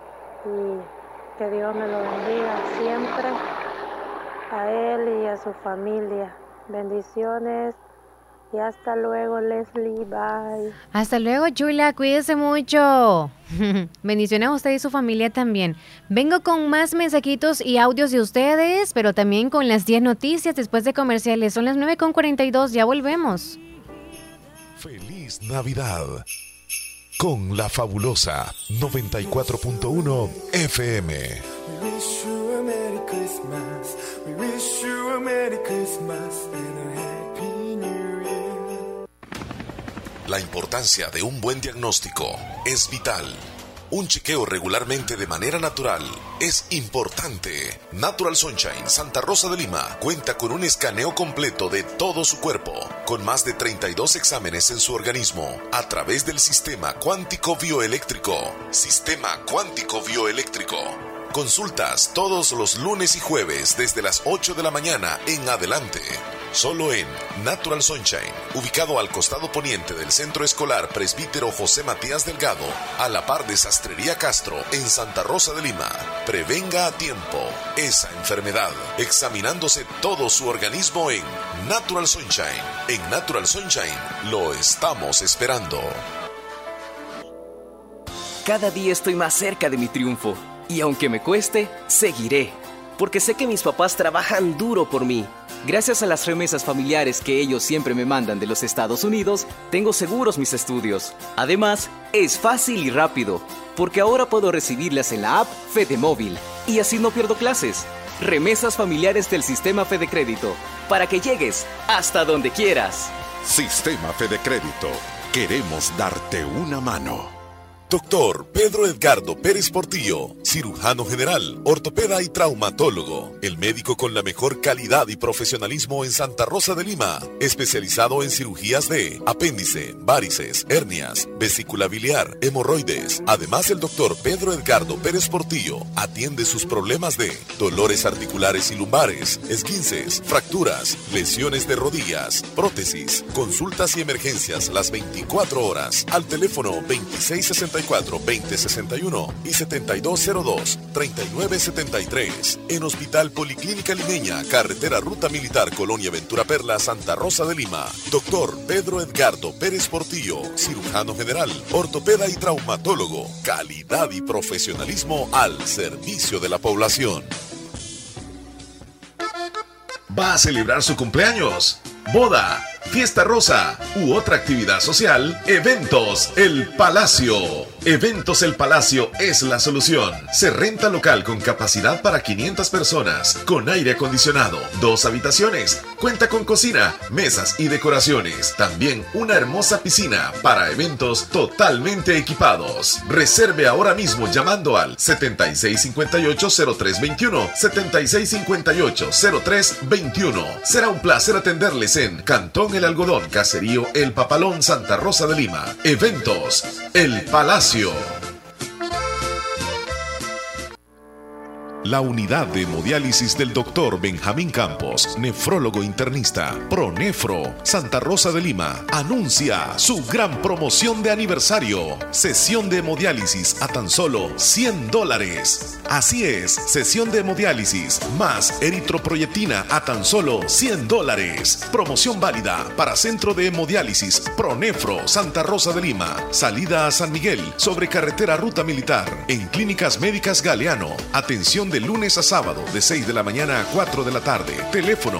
y que Dios me lo bendiga siempre a él y a su familia. Bendiciones y hasta luego, Leslie. Bye. Hasta luego, chula. Cuídese mucho. Bendiciones a usted y su familia también. Vengo con más mensajitos y audios de ustedes, pero también con las 10 noticias después de comerciales. Son las 9:42, ya volvemos. Feliz Navidad con La Fabulosa 94.1 FM. We wish you a Merry Christmas. We wish you a Merry Christmas and a Happy New Year. La importancia de un buen diagnóstico es vital. Un chequeo regularmente de manera natural es importante. Natural Sunshine Santa Rosa de Lima cuenta con un escaneo completo de todo su cuerpo, con más de 32 exámenes en su organismo, a través del sistema cuántico bioeléctrico. Sistema cuántico bioeléctrico. Consultas todos los lunes y jueves desde las 8 de la mañana en adelante. Solo en Natural Sunshine, ubicado al costado poniente del Centro Escolar Presbítero José Matías Delgado, a la par de Sastrería Castro, en Santa Rosa de Lima. Prevenga a tiempo esa enfermedad, examinándose todo su organismo en Natural Sunshine. En Natural Sunshine lo estamos esperando. Cada día estoy más cerca de mi triunfo, y aunque me cueste, seguiré, porque sé que mis papás trabajan duro por mí. Gracias a las remesas familiares que ellos siempre me mandan de los Estados Unidos, tengo seguros mis estudios. Además, es fácil y rápido, porque ahora puedo recibirlas en la app Fede Móvil, y así no pierdo clases. Remesas familiares del Sistema Fede Crédito, para que llegues hasta donde quieras. Sistema Fede Crédito. Queremos darte una mano. Doctor Pedro Edgardo Pérez Portillo, cirujano general, ortopeda y traumatólogo, el médico con la mejor calidad y profesionalismo en Santa Rosa de Lima, especializado en cirugías de apéndice, varices, hernias, vesícula biliar, hemorroides. Además, el doctor Pedro Edgardo Pérez Portillo atiende sus problemas de dolores articulares y lumbares, esguinces, fracturas, lesiones de rodillas, prótesis, consultas y emergencias las 24 horas al teléfono 2664-2061 y 7202-3973. En Hospital Policlínica Limeña, Carretera Ruta Militar, Colonia Ventura Perla, Santa Rosa de Lima. Doctor Pedro Edgardo Pérez Portillo, cirujano general, ortopeda y traumatólogo. Calidad y profesionalismo al servicio de la población. ¿Va a celebrar su cumpleaños, boda, fiesta rosa u otra actividad social? Eventos El Palacio. Eventos El Palacio es la solución. Se renta local con capacidad para 500 personas, con aire acondicionado, 2 habitaciones, cuenta con cocina, mesas y decoraciones. También una hermosa piscina para eventos totalmente equipados. Reserve ahora mismo llamando al 7658-0321, 7658-0321. Será un placer atenderles en Cantón El Algodón, Caserío El Papalón, Santa Rosa de Lima. Eventos El Palacio. La unidad de hemodiálisis del Dr. Benjamín Campos, nefrólogo internista, Pronefro, Santa Rosa de Lima, anuncia su gran promoción de aniversario. Sesión de hemodiálisis a tan solo $100. Así es, sesión de hemodiálisis más eritroproyectina a tan solo $100. Promoción válida para Centro de Hemodiálisis Pronefro, Santa Rosa de Lima. Salida a San Miguel, sobre carretera Ruta Militar. En Clínicas Médicas Galeano. Atención de lunes a sábado de 6 de la mañana a 4 de la tarde. Teléfono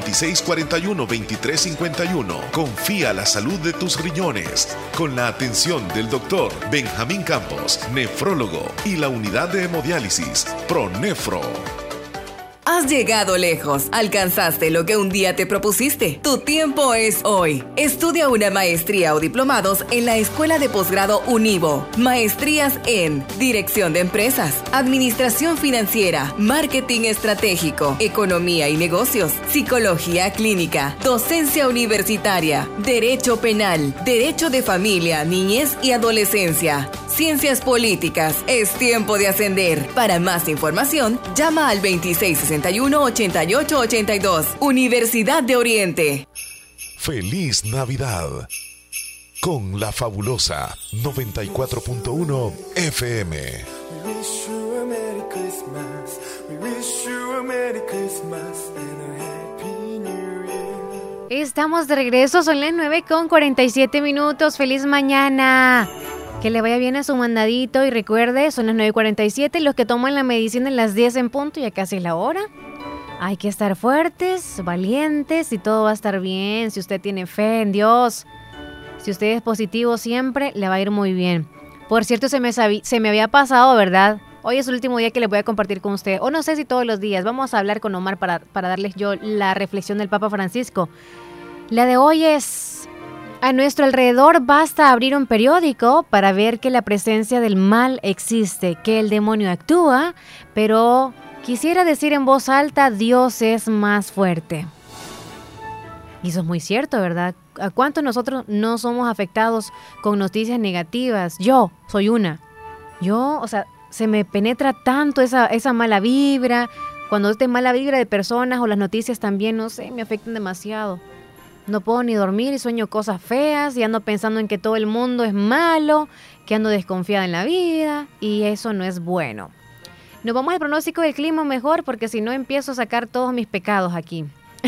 2641-2351. Confía la salud de tus riñones con la atención del doctor Benjamín Campos, nefrólogo, y la unidad de hemodiálisis Pronefro. Has llegado lejos, alcanzaste lo que un día te propusiste. Tu tiempo es hoy. Estudia una maestría o diplomados en la Escuela de Posgrado Univo. Maestrías en Dirección de Empresas, Administración Financiera, Marketing Estratégico, Economía y Negocios, Psicología Clínica, Docencia Universitaria, Derecho Penal, Derecho de Familia, Niñez y Adolescencia, Ciencias Políticas. Es tiempo de ascender. Para más información, llama al 2661-8882. Universidad de Oriente. Feliz Navidad con La Fabulosa 94.1 FM. We wish you a Merry Christmas. We wish you a Merry Christmas and a Happy New Year. Estamos de regreso, son las 9:47. Feliz mañana. Que le vaya bien a su mandadito y recuerde, son las 9:47. Los que toman la medicina en las 10 en punto, ya casi es la hora. Hay que estar fuertes, valientes y todo va a estar bien si usted tiene fe en Dios. Si usted es positivo siempre, le va a ir muy bien. Por cierto, se me había pasado, ¿verdad? Hoy es el último día que les voy a compartir con usted, o no sé si todos los días. Vamos a hablar con Omar para darles yo la reflexión del Papa Francisco. La de hoy es: a nuestro alrededor basta abrir un periódico para ver que la presencia del mal existe, que el demonio actúa, pero quisiera decir en voz alta, Dios es más fuerte. Y eso es muy cierto, ¿verdad? ¿A cuántos nosotros no somos afectados con noticias negativas? Yo soy una. Se me penetra tanto esa mala vibra. Cuando es de mala vibra de personas o las noticias también, no sé, me afectan demasiado. No puedo ni dormir y sueño cosas feas y ando pensando en que todo el mundo es malo, que ando desconfiada en la vida y eso no es bueno. Nos vamos al pronóstico del clima mejor porque si no empiezo a sacar todos mis pecados aquí.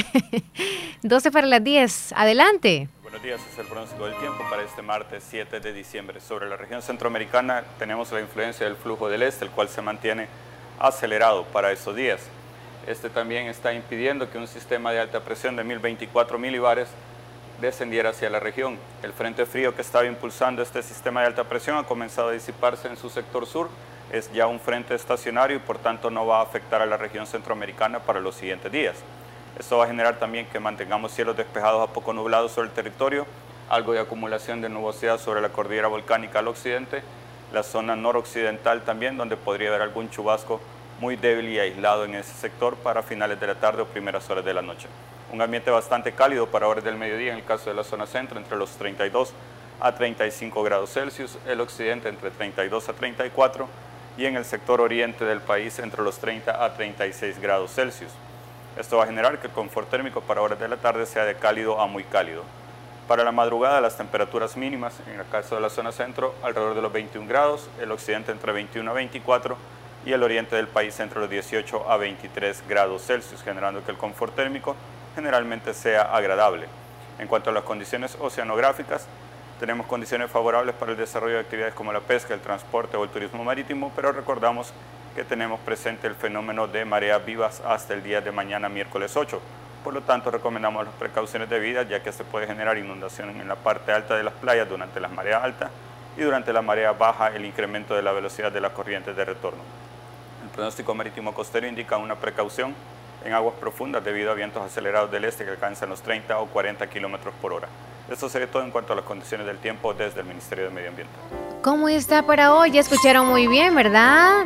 12 para las 10. Adelante. Buenos días, es el pronóstico del tiempo para este martes 7 de diciembre. Sobre la región centroamericana tenemos la influencia del flujo del este, el cual se mantiene acelerado para estos días. Este también está impidiendo que un sistema de alta presión de 1024 milibares descendiera hacia la región. El frente frío que estaba impulsando este sistema de alta presión ha comenzado a disiparse en su sector sur. Es ya un frente estacionario y por tanto no va a afectar a la región centroamericana para los siguientes días. Esto va a generar también que mantengamos cielos despejados a poco nublados sobre el territorio, algo de acumulación de nubosidad sobre la cordillera volcánica al occidente, la zona noroccidental también, donde podría haber algún chubasco muy débil y aislado en ese sector para finales de la tarde o primeras horas de la noche. Un ambiente bastante cálido para horas del mediodía en el caso de la zona centro, entre los 32 a 35 grados Celsius, el occidente entre 32 a 34 y en el sector oriente del país entre los 30 a 36 grados Celsius. Esto va a generar que el confort térmico para horas de la tarde sea de cálido a muy cálido. Para la madrugada, las temperaturas mínimas, en el caso de la zona centro, alrededor de los 21 grados, el occidente entre 21 a 24 y el oriente del país entre los 18 a 23 grados Celsius, generando que el confort térmico generalmente sea agradable. En cuanto a las condiciones oceanográficas, tenemos condiciones favorables para el desarrollo de actividades como la pesca, el transporte o el turismo marítimo, pero recordamos que tenemos presente el fenómeno de mareas vivas hasta el día de mañana, miércoles 8. Por lo tanto, recomendamos las precauciones debidas, ya que se puede generar inundación en la parte alta de las playas durante las mareas altas y durante la marea baja el incremento de la velocidad de las corrientes de retorno. El pronóstico marítimo costero indica una precaución en aguas profundas debido a vientos acelerados del este que alcanzan los 30 o 40 kilómetros por hora. Esto sería todo en cuanto a las condiciones del tiempo desde el Ministerio de Medio Ambiente. ¿Cómo está para hoy? Ya escucharon muy bien, ¿verdad?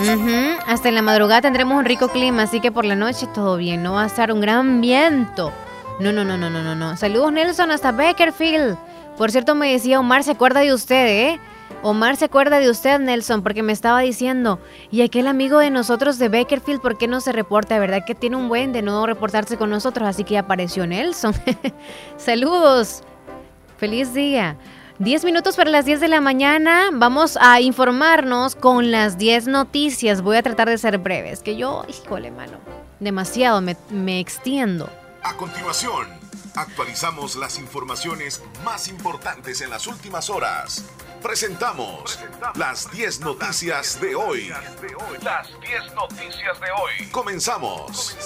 Hasta en la madrugada tendremos un rico clima, así que por la noche todo bien, no va a estar un gran viento. No. Saludos, Nelson, hasta Bakersfield. Por cierto, me decía Omar, se acuerda de usted, ¿eh? Omar se acuerda de usted, Nelson, porque me estaba diciendo, y aquel amigo de nosotros de Bakersfield, ¿por qué no se reporta? ¿Verdad que tiene un buen de no reportarse con nosotros? Así que apareció Nelson. Saludos. Feliz día. 10 minutos para las 10 de la mañana. Vamos a informarnos con las 10 noticias. Voy a tratar de ser breve. Es que yo, híjole, mano, demasiado me extiendo. A continuación, actualizamos las informaciones más importantes en las últimas horas. Presentamos las 10 noticias de hoy. Las 10 noticias de hoy. Comenzamos.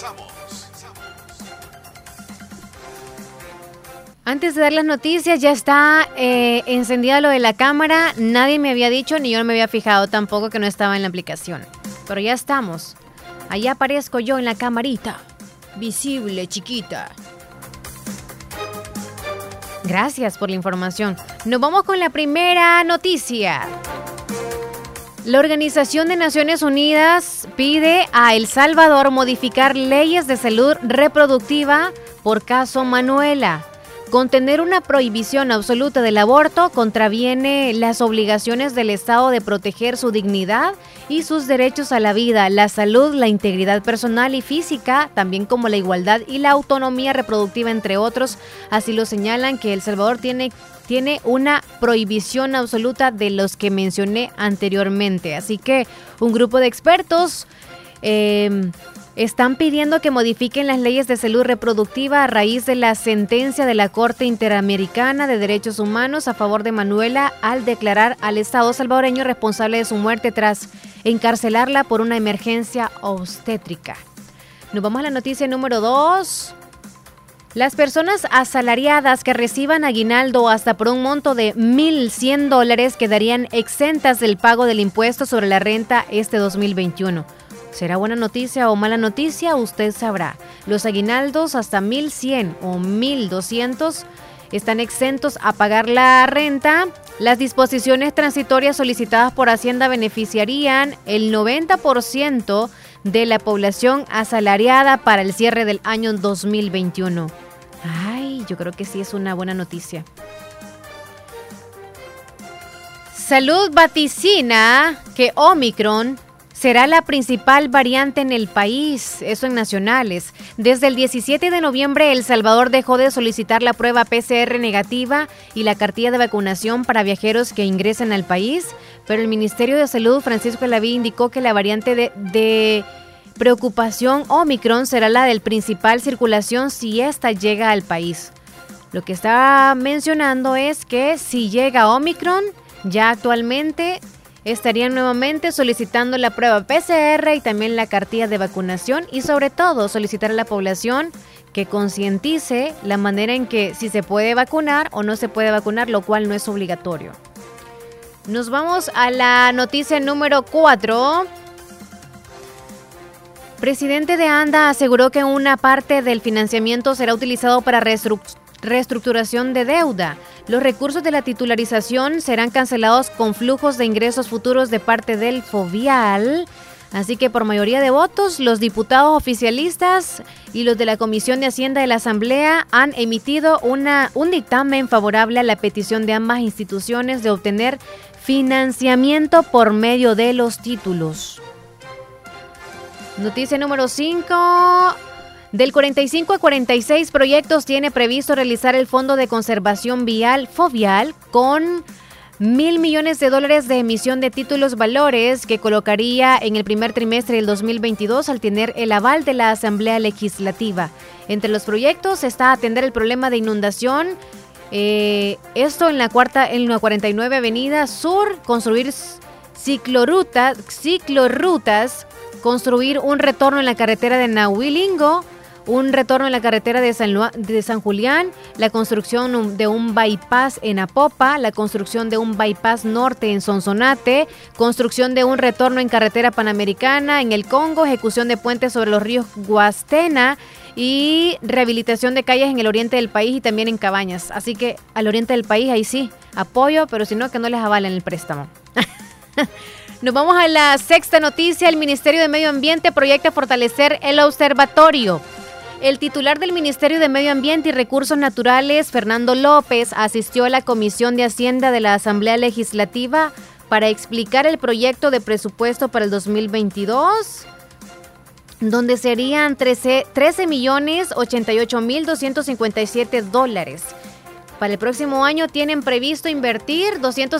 Antes de dar las noticias, ya está encendida lo de la cámara. Nadie me había dicho, ni yo no me había fijado tampoco que no estaba en la aplicación. Pero ya estamos. Allá aparezco yo en la camarita. Visible, chiquita. Gracias por la información. Nos vamos con la primera noticia. La Organización de Naciones Unidas pide a El Salvador modificar leyes de salud reproductiva por caso Manuela. Contener una prohibición absoluta del aborto contraviene las obligaciones del Estado de proteger su dignidad y sus derechos a la vida, la salud, la integridad personal y física, también como la igualdad y la autonomía reproductiva, entre otros. Así lo señalan que El Salvador tiene una prohibición absoluta de los que mencioné anteriormente. Así que un grupo de expertos están pidiendo que modifiquen las leyes de salud reproductiva a raíz de la sentencia de la Corte Interamericana de Derechos Humanos a favor de Manuela al declarar al Estado salvadoreño responsable de su muerte tras encarcelarla por una emergencia obstétrica. Nos vamos a la noticia número 2. Las personas asalariadas que reciban aguinaldo hasta por un monto de $1,100 quedarían exentas del pago del impuesto sobre la renta este 2021. ¿Será buena noticia o mala noticia? Usted sabrá. Los aguinaldos hasta 1,100 o 1,200 están exentos a pagar la renta. Las disposiciones transitorias solicitadas por Hacienda beneficiarían el 90% de la población asalariada para el cierre del año 2021. Ay, yo creo que sí es una buena noticia. Salud vaticina que Omicron será la principal variante en el país, eso en nacionales. Desde el 17 de noviembre, El Salvador dejó de solicitar la prueba PCR negativa y la cartilla de vacunación para viajeros que ingresen al país, pero el Ministerio de Salud, Francisco Laví, indicó que la variante de preocupación Omicron será la del principal circulación si esta llega al país. Lo que está mencionando es que si llega Omicron, ya actualmente estarían nuevamente solicitando la prueba PCR y también la cartilla de vacunación y sobre todo solicitar a la población que concientice la manera en que si se puede vacunar o no se puede vacunar, lo cual no es obligatorio. Nos vamos a la noticia número 4. Presidente de ANDA aseguró que una parte del financiamiento será utilizado para reestructuración de deuda. Los recursos de la titularización serán cancelados con flujos de ingresos futuros de parte del FOVIAL. Así que por mayoría de votos, los diputados oficialistas y los de la Comisión de Hacienda de la Asamblea han emitido un dictamen favorable a la petición de ambas instituciones de obtener financiamiento por medio de los títulos. Noticia número 5. Del 45 a 46 proyectos tiene previsto realizar el Fondo de Conservación Vial, FOVIAL, con $1,000 millones de emisión de títulos valores que colocaría en el primer trimestre del 2022 al tener el aval de la Asamblea Legislativa. Entre los proyectos está atender el problema de inundación, esto en la 49 Avenida Sur, construir ciclorrutas, construir un retorno en la carretera de Nahuilingo, un retorno en la carretera de San Julián, la construcción de un bypass en Apopa, la construcción de un bypass norte en Sonsonate, construcción de un retorno en carretera panamericana en el Congo, ejecución de puentes sobre los ríos Guastena y rehabilitación de calles en el oriente del país y también en Cabañas. Así que al oriente del país ahí sí, apoyo, pero si no, que no les avalen el préstamo. Nos vamos a la sexta noticia. El Ministerio de Medio Ambiente proyecta fortalecer el observatorio. El titular del Ministerio de Medio Ambiente y Recursos Naturales, Fernando López, asistió a la Comisión de Hacienda de la Asamblea Legislativa para explicar el proyecto de presupuesto para el 2022, donde serían $13,088,257. Para el próximo año tienen previsto invertir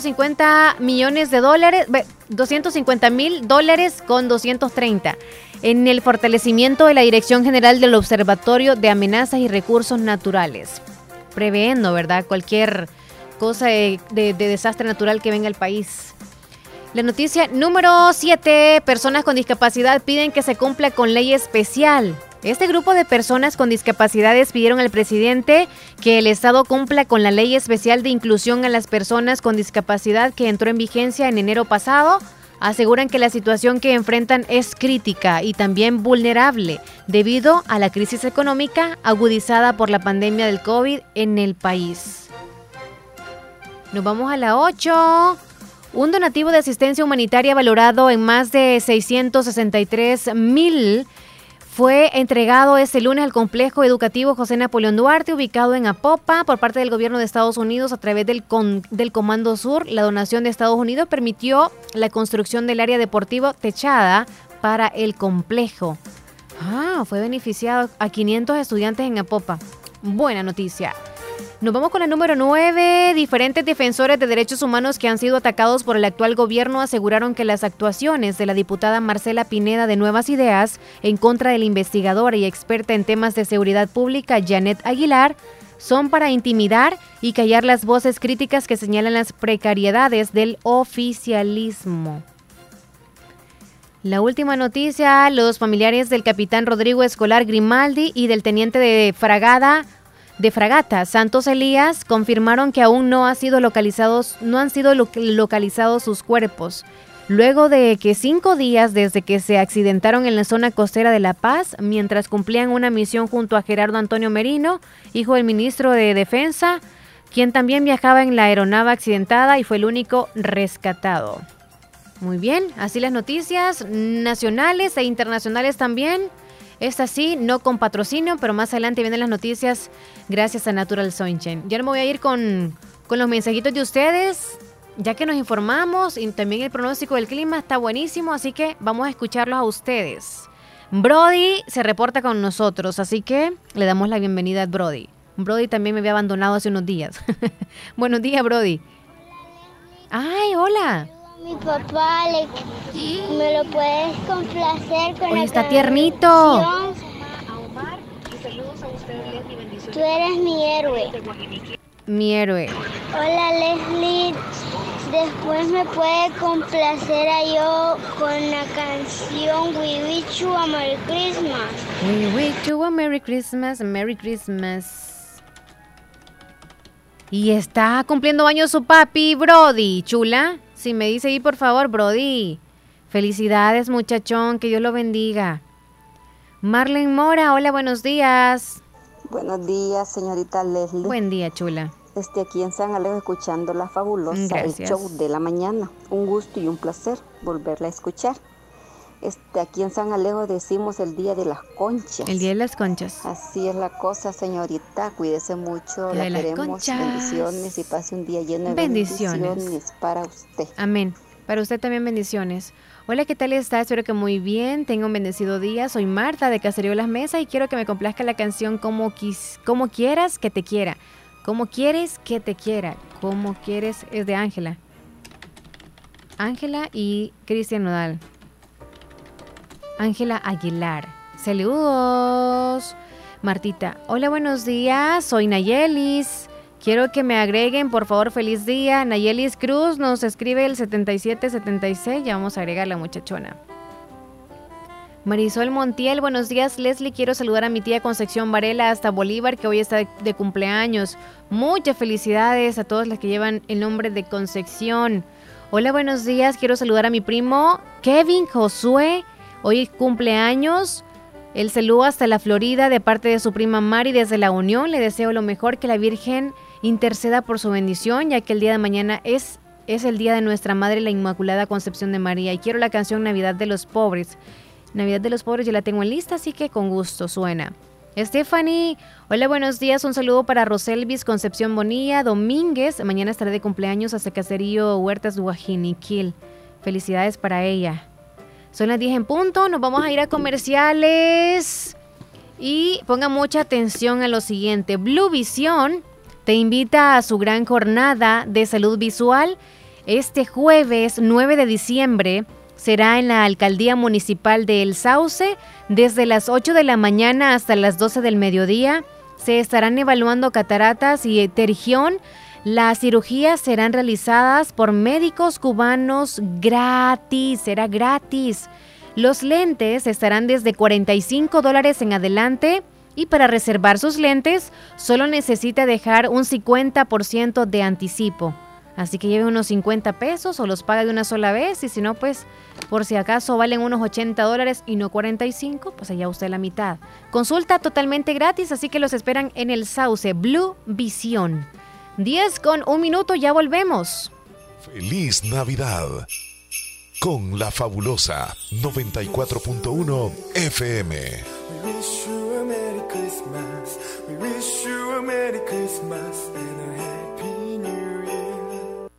$250,000 con 230 en el fortalecimiento de la Dirección General del Observatorio de Amenazas y Recursos Naturales, previendo, ¿verdad?, cualquier cosa de desastre natural que venga al país. La noticia número 7, personas con discapacidad piden que se cumpla con ley especial. Este grupo de personas con discapacidades pidieron al presidente que el Estado cumpla con la Ley Especial de Inclusión a las Personas con Discapacidad que entró en vigencia en enero pasado. Aseguran que la situación que enfrentan es crítica y también vulnerable debido a la crisis económica agudizada por la pandemia del COVID en el país. Nos vamos a la 8. Un donativo de asistencia humanitaria valorado en más de $663,000 fue entregado este lunes al complejo educativo José Napoleón Duarte, ubicado en Apopa, por parte del gobierno de Estados Unidos a través del Comando Sur. La donación de Estados Unidos permitió la construcción del área deportiva techada para el complejo. Fue beneficiado a 500 estudiantes en Apopa. Buena noticia. Nos vamos con la número 9. Diferentes defensores de derechos humanos que han sido atacados por el actual gobierno aseguraron que las actuaciones de la diputada Marcela Pineda de Nuevas Ideas en contra de la investigadora y experta en temas de seguridad pública Janet Aguilar son para intimidar y callar las voces críticas que señalan las precariedades del oficialismo. La última noticia, los familiares del capitán Rodrigo Escolar Grimaldi y del teniente de fragata de Fragata Santos Elías confirmaron que aún no han sido localizados sus cuerpos. Luego de que 5 días desde que se accidentaron en la zona costera de La Paz, mientras cumplían una misión junto a Gerardo Antonio Merino, hijo del ministro de Defensa, quien también viajaba en la aeronave accidentada y fue el único rescatado. Muy bien, así las noticias nacionales e internacionales también. Esta sí, no con patrocinio, pero más adelante vienen las noticias gracias a Natural Sunshine. Ya me voy a ir con los mensajitos de ustedes, ya que nos informamos y también el pronóstico del clima está buenísimo, así que vamos a escucharlos a ustedes. Brody se reporta con nosotros, así que le damos la bienvenida a Brody. Brody también me había abandonado hace unos días. Buenos días, Brody. ¡Ay, hola! Mi papá, ¿me lo puedes complacer con la está tiernito. Tú eres mi héroe. Mi héroe. Hola, Leslie. Después me puede complacer a yo con la canción We Wish You a Merry Christmas. We wish you a Merry Christmas, Merry Christmas. Y está cumpliendo años su papi, Brody, chula. Si me dice ahí, por favor, Brody. Felicidades, muchachón, que Dios lo bendiga. Marlene Mora, hola, buenos días. Buenos días, señorita Leslie. Buen día, chula. Aquí en San Alejo escuchando La Fabulosa, gracias. El show de la mañana. Un gusto y un placer volverla a escuchar. Aquí en San Alejo decimos el Día de las Conchas. El Día de las Conchas. Así es la cosa, señorita. Cuídese mucho, la queremos. Conchas. Bendiciones y pase un día lleno de bendiciones para usted. Amén. Para usted también bendiciones. Hola, ¿qué tal está? Espero que muy bien. Tenga un bendecido día. Soy Marta de Caserío Las Mesas y quiero que me complazca la canción Como quieras que te quiera. ¿Cómo quieres que te quiera? ¿Cómo quieres? Es de Ángela. Ángela y Cristian Nodal. Ángela Aguilar. Saludos. Martita. Hola, buenos días. Soy Nayelis. Quiero que me agreguen, por favor, feliz día. Nayelis Cruz nos escribe el 7776. Ya vamos a agregar la muchachona. Marisol Montiel, buenos días, Leslie. Quiero saludar a mi tía Concepción Varela hasta Bolívar, que hoy está de cumpleaños. Muchas felicidades a todas las que llevan el nombre de Concepción. Hola, buenos días. Quiero saludar a mi primo Kevin Josué. Hoy cumpleaños. El saludo hasta la Florida de parte de su prima Mari desde La Unión. Le deseo lo mejor, que la Virgen interceda por su bendición, ya que el día de mañana es el día de nuestra Madre, la Inmaculada Concepción de María. Y quiero la canción Navidad de los Pobres. Navidad de los Pobres ya la tengo en lista, así que con gusto suena. Stephanie, hola, buenos días. Un saludo para Roselvis Concepción Bonilla Domínguez. Mañana estaré de cumpleaños hasta Caserío Huertas Guajiniquil. Felicidades para ella. Son las 10 en punto. Nos vamos a ir a comerciales. Y pongan mucha atención a lo siguiente. Blue Vision te invita a su gran jornada de salud visual. Este jueves 9 de diciembre será en la Alcaldía Municipal de El Sauce, desde las 8 de la mañana hasta las 12 del mediodía. Se estarán evaluando cataratas y tergión. Las cirugías serán realizadas por médicos cubanos gratis, será gratis. Los lentes estarán desde $45 en adelante y para reservar sus lentes solo necesita dejar un 50% de anticipo. Así que lleve unos 50 pesos o los paga de una sola vez, y si no, pues por si acaso valen unos $80 y no 45, pues allá usted la mitad. Consulta totalmente gratis, así que los esperan en El Sauce. Blue Vision. 10:01, ya volvemos. Feliz Navidad con La Fabulosa 94.1 FM. We wish you a Merry Christmas. We wish you a Merry Christmas and a Happy New Year.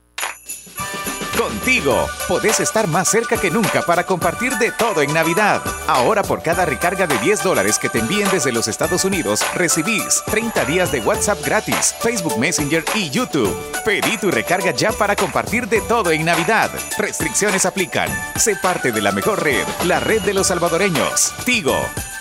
Contigo, podés estar más cerca que nunca para compartir de todo en Navidad. Ahora por cada recarga de $10 que te envíen desde los Estados Unidos, recibís 30 días de WhatsApp gratis, Facebook Messenger y YouTube. Pedí tu recarga ya para compartir de todo en Navidad. Restricciones aplican. Sé parte de la mejor red, la red de los salvadoreños. Tigo.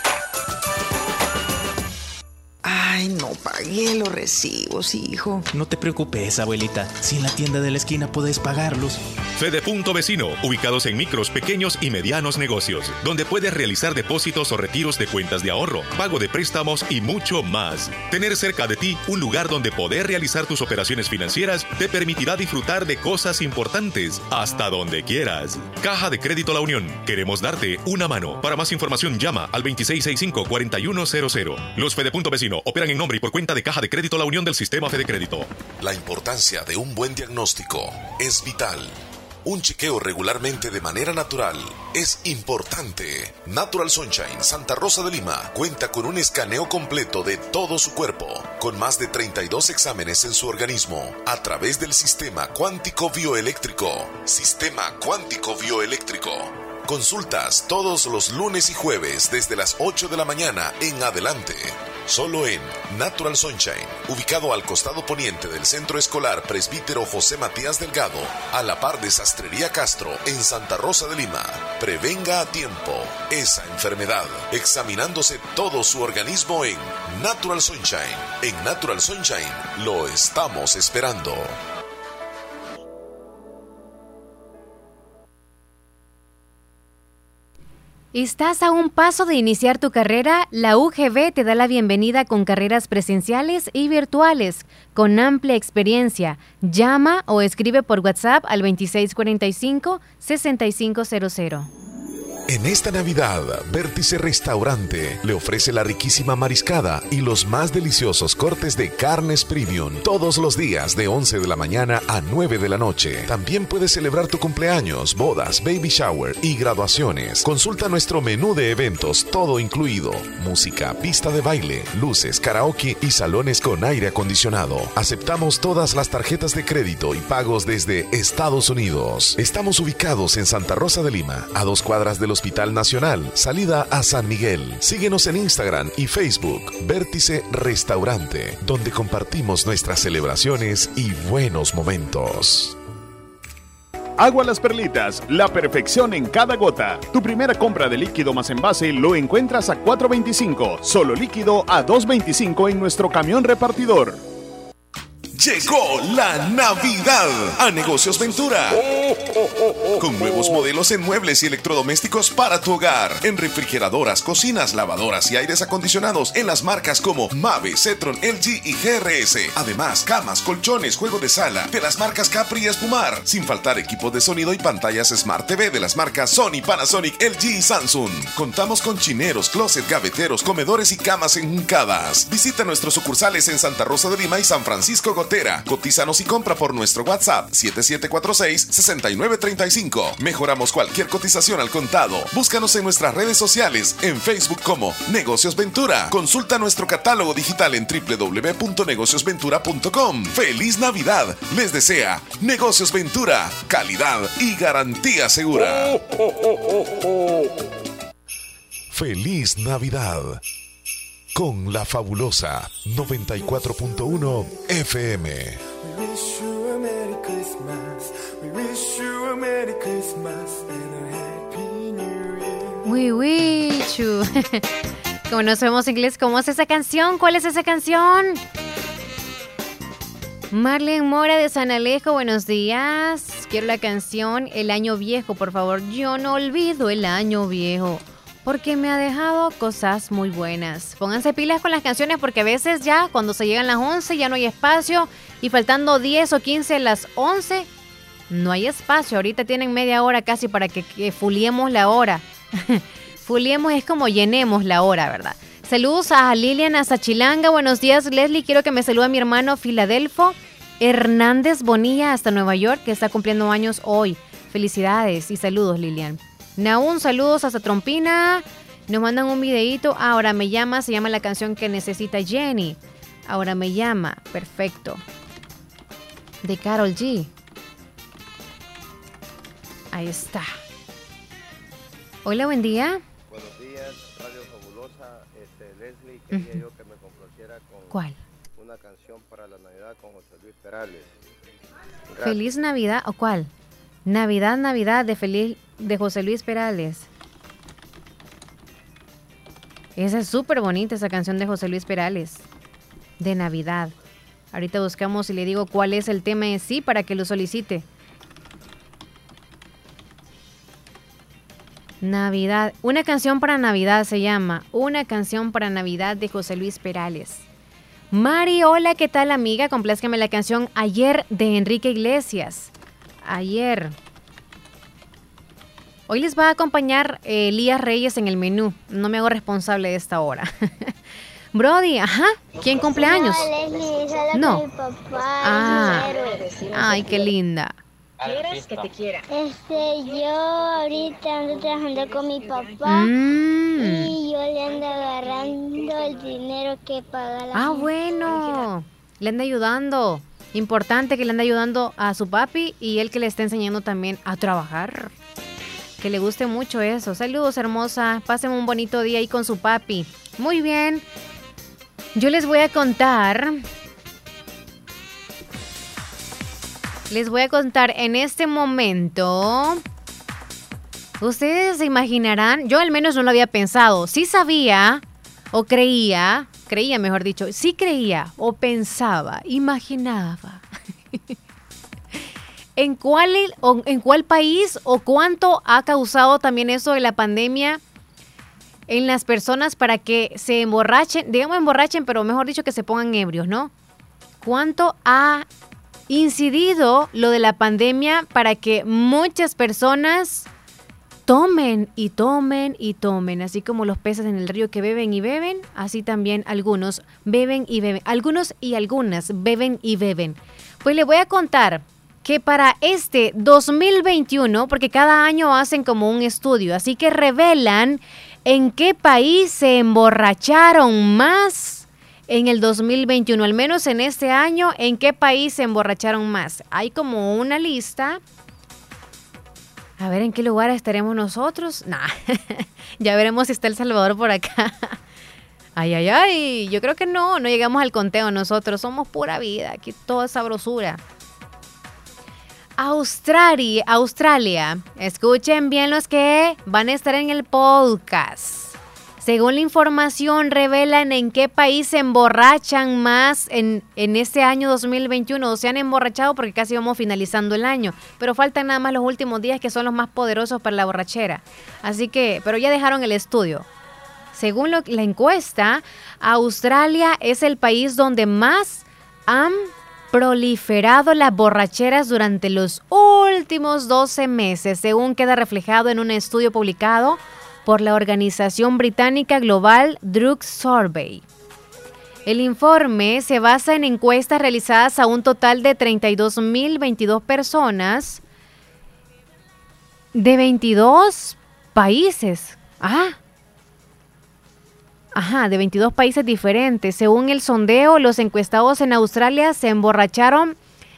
Ay, no pagué los recibos, hijo. No te preocupes, abuelita. Si en la tienda de la esquina puedes pagarlos. Fede Punto Vecino, ubicados en micros, pequeños y medianos negocios, donde puedes realizar depósitos o retiros de cuentas de ahorro, pago de préstamos y mucho más. Tener cerca de ti un lugar donde poder realizar tus operaciones financieras te permitirá disfrutar de cosas importantes hasta donde quieras. Caja de Crédito La Unión. Queremos darte una mano. Para más información llama al 2665-4100. Los Fede Punto Vecino operan en nombre y por cuenta de Caja de Crédito La Unión del Sistema Fede Crédito. La importancia de un buen diagnóstico es vital. Un chequeo regularmente de manera natural es importante. Natural Sunshine Santa Rosa de Lima cuenta con un escaneo completo de todo su cuerpo, con más de 32 exámenes en su organismo, a través del sistema cuántico bioeléctrico. Sistema cuántico bioeléctrico. Consultas todos los lunes y jueves desde las 8 de la mañana en adelante. Solo en Natural Sunshine, ubicado al costado poniente del Centro Escolar Presbítero José Matías Delgado, a la par de Sastrería Castro, en Santa Rosa de Lima. Prevenga a tiempo esa enfermedad, examinándose todo su organismo en Natural Sunshine. En Natural Sunshine lo estamos esperando. ¿Estás a un paso de iniciar tu carrera? La UGB te da la bienvenida con carreras presenciales y virtuales, con amplia experiencia. Llama o escribe por WhatsApp al 2645-6500. En esta Navidad, Vértice Restaurante le ofrece la riquísima mariscada y los más deliciosos cortes de carnes premium todos los días de 11 de la mañana a 9 de la noche. También puedes celebrar tu cumpleaños, bodas, baby shower y graduaciones. Consulta nuestro menú de eventos, todo incluido. Música, pista de baile, luces, karaoke y salones con aire acondicionado. Aceptamos todas las tarjetas de crédito y pagos desde Estados Unidos. Estamos ubicados en Santa Rosa de Lima, a 2 cuadras del Hospital Nacional, salida a San Miguel. Síguenos en Instagram y Facebook, Vértice Restaurante, donde compartimos nuestras celebraciones y buenos momentos. Agua Las Perlitas, la perfección en cada gota. Tu primera compra de líquido más envase lo encuentras a $4.25, solo líquido a $2.25 en nuestro camión repartidor. Llegó la Navidad a Negocios Ventura. Con nuevos modelos en muebles y electrodomésticos para tu hogar. En refrigeradoras, cocinas, lavadoras y aires acondicionados en las marcas como Mave, Cetron, LG y GRS. Además, camas, colchones, juego de sala de las marcas Capri y Espumar. Sin faltar equipos de sonido y pantallas Smart TV de las marcas Sony, Panasonic, LG y Samsung. Contamos con chineros, closet, gaveteros, comedores y camas enjuncadas. Visita nuestros sucursales en Santa Rosa de Lima y San Francisco Gotera. Cotízanos y compra por nuestro WhatsApp 7746-6935. Mejoramos cualquier cotización al contado. Búscanos en nuestras redes sociales, en Facebook como Negocios Ventura. Consulta nuestro catálogo digital en www.negociosventura.com. ¡Feliz Navidad! Les desea Negocios Ventura, calidad y garantía segura. ¡Feliz Navidad! Con la fabulosa 94.1 FM. We wish you a Merry Christmas. We wish you a Merry Christmas and a Happy New Year. We wish you. Como no sabemos inglés, ¿cómo es esa canción? ¿Cuál es esa canción? Marlene Mora de San Alejo, buenos días. Quiero la canción El Año Viejo, por favor. Yo no olvido el año viejo, porque me ha dejado cosas muy buenas. Pónganse pilas con las canciones porque a veces ya cuando se llegan las 11 ya no hay espacio y faltando 10 o 15 a las 11 no hay espacio. Ahorita tienen media hora casi para que fuliemos la hora. Fuliemos es como llenemos la hora, ¿verdad? Saludos a Lilian Azachilanga. Buenos días, Leslie. Quiero que me salude a mi hermano Filadelfo Hernández Bonilla hasta Nueva York, que está cumpliendo años hoy. Felicidades y saludos, Lilian. Naún, saludos hasta Trompina. Nos mandan un videíto. Ahora me llama, se llama la canción que necesita Jenny. Ahora me llama, perfecto. De Karol G. Ahí está. Hola, buen día. Buenos días, Radio Fabulosa. Leslie, quería yo que me complaciera con ¿cuál? Una canción para la Navidad con José Luis Perales. Gracias. Feliz Navidad, ¿o cuál? Navidad de José Luis Perales. Esa es súper bonita, esa canción de José Luis Perales, de Navidad. Ahorita buscamos y le digo cuál es el tema en sí para que lo solicite. Navidad. Una canción para Navidad se llama. Una canción para Navidad de José Luis Perales. Mari, hola, ¿qué tal, amiga? Complázcame la canción Ayer de Enrique Iglesias. Ayer. Hoy les va a acompañar Elías Reyes en el menú. No me hago responsable de esta hora. Brody, ajá. ¿Quién cumple años? No. Mi papá, Ay, qué linda. ¿Quieres que te quiera? Yo ahorita ando trabajando con mi papá y yo le ando agarrando el dinero que paga la gente. Bueno. Le anda ayudando. Importante que le anda ayudando a su papi y él que le está enseñando también a trabajar. Que le guste mucho eso. Saludos, hermosa. Pasen un bonito día ahí con su papi. Muy bien. Yo les voy a contar. En este momento. Ustedes se imaginarán. Yo al menos no lo había pensado. Sí sabía o creía mejor dicho. Sí creía o pensaba, imaginaba. ¿En cuál país o cuánto ha causado también eso de la pandemia en las personas para que se emborrachen? Digamos emborrachen, pero mejor dicho que se pongan ebrios, ¿no? ¿Cuánto ha incidido lo de la pandemia para que muchas personas tomen y tomen y tomen? Así como los peces en el río que beben y beben, así también algunos beben y beben. Algunos y algunas beben y beben. Pues le voy a contar que para este 2021, porque cada año hacen como un estudio, así que revelan en qué país se emborracharon más en el 2021, al menos en este año, en qué país se emborracharon más. Hay como una lista. A ver en qué lugar estaremos nosotros. Ya veremos si está El Salvador por acá. Ay, yo creo que no llegamos al conteo nosotros, somos pura vida, aquí todo es sabrosura. Australia, escuchen bien los que van a estar en el podcast. Según la información, revelan en qué país se emborrachan más en este año 2021. Se han emborrachado porque casi vamos finalizando el año, pero faltan nada más los últimos días que son los más poderosos para la borrachera. Así que, pero ya dejaron el estudio. Según la encuesta, Australia es el país donde más han proliferado las borracheras durante los últimos 12 meses, según queda reflejado en un estudio publicado por la organización británica Global Drug Survey. El informe se basa en encuestas realizadas a un total de 32.022 personas de 22 países. De 22 países diferentes. Según el sondeo, los encuestados en Australia se emborracharon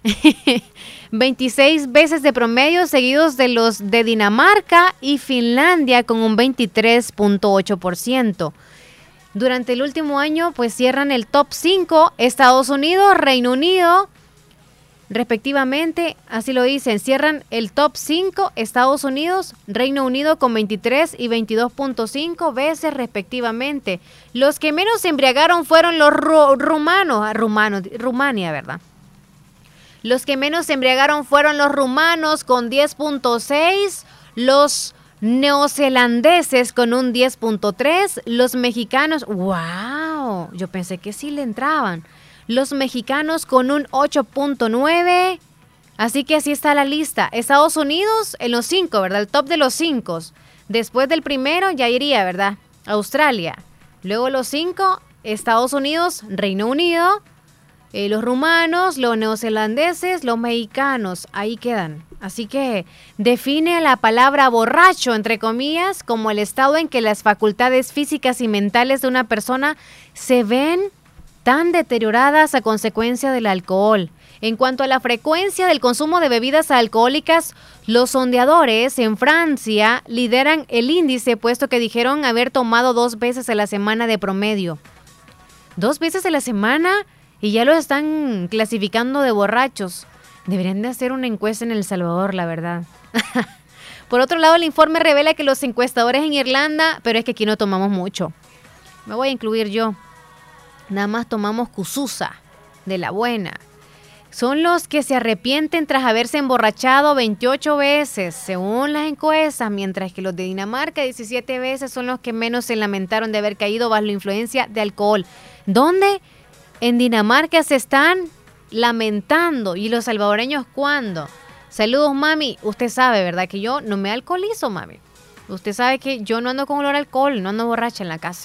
26 veces de promedio, seguidos de los de Dinamarca y Finlandia con un 23.8%. Durante el último año, pues cierran el top 5 Estados Unidos, Reino Unido, respectivamente, así lo dicen, cierran el top 5 Estados Unidos, Reino Unido con 23 y 22.5 veces respectivamente. Los que menos se embriagaron fueron los Rumania, ¿verdad? Los que menos se embriagaron fueron los rumanos con 10.6, los neozelandeses con un 10.3, los mexicanos, ¡wow! Yo pensé que sí le entraban. Los mexicanos con un 8.9. Así que así está la lista. Estados Unidos en los 5, ¿verdad? El top de los 5. Después del primero ya iría, ¿verdad? Australia. Luego los 5, Estados Unidos, Reino Unido, los rumanos, los neozelandeses, los mexicanos. Ahí quedan. Así que define la palabra borracho, entre comillas, como el estado en que las facultades físicas y mentales de una persona se ven tan deterioradas a consecuencia del alcohol. En cuanto a la frecuencia del consumo de bebidas alcohólicas, los sondeadores en Francia lideran el índice, puesto que dijeron haber tomado 2 veces a la semana de promedio. 2 veces a la semana y ya los están clasificando de borrachos. Deberían de hacer una encuesta en El Salvador, la verdad. Por otro lado, el informe revela que los encuestadores en Irlanda, pero es que aquí no tomamos mucho. Me voy a incluir yo. Nada más tomamos Cususa, de la buena. son los que se arrepienten tras haberse emborrachado 28 veces, según las encuestas, mientras que los de Dinamarca 17 veces son los que menos se lamentaron de haber caído bajo la influencia de alcohol. ¿Dónde? En Dinamarca se están lamentando. ¿Y los salvadoreños cuándo? Saludos, mami. Usted sabe, ¿verdad? Que yo no me alcoholizo, mami. Usted sabe que yo no ando con olor a alcohol, no ando borracha en la casa.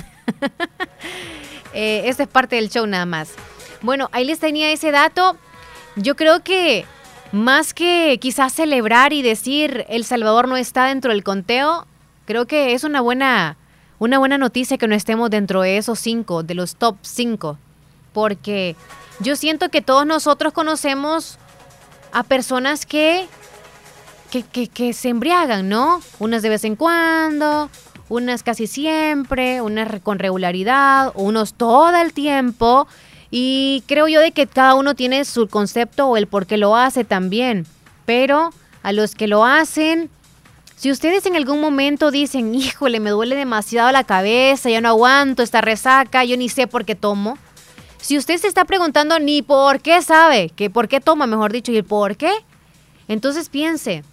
Esa es parte del show nada más. Bueno, ahí les tenía ese dato. Yo creo que más que quizás celebrar y decir El Salvador no está dentro del conteo, creo que es una buena noticia que no estemos dentro de esos 5, de los top 5. Porque yo siento que todos nosotros conocemos a personas que se embriagan, ¿no? Unas de vez en cuando, unas casi siempre, unas con regularidad, unos todo el tiempo. Y creo yo de que cada uno tiene su concepto o el por qué lo hace también. Pero a los que lo hacen, si ustedes en algún momento dicen, híjole, me duele demasiado la cabeza, ya no aguanto esta resaca, yo ni sé por qué tomo. Si usted se está preguntando ni por qué sabe, que por qué toma, mejor dicho, y el por qué, entonces piense,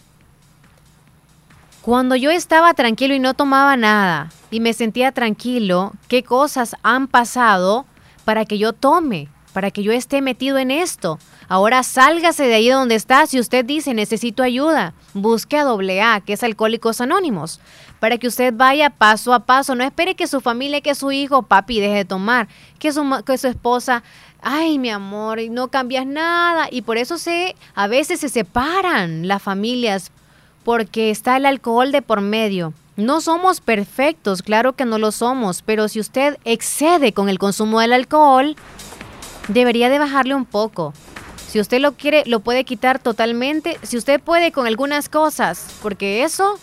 cuando yo estaba tranquilo y no tomaba nada y me sentía tranquilo, ¿qué cosas han pasado para que yo tome, para que yo esté metido en esto? Ahora sálgase de ahí donde está. Si usted dice necesito ayuda, busque a AA, que es Alcohólicos Anónimos, para que usted vaya paso a paso. No espere que su familia, que su hijo, papi, deje de tomar, que su esposa, ay, mi amor, no cambias nada. Y por eso a veces se separan las familias, porque está el alcohol de por medio. No somos perfectos, claro que no lo somos, pero si usted excede con el consumo del alcohol, debería de bajarle un poco. Si usted lo quiere, lo puede quitar totalmente. Si usted puede con algunas cosas, porque eso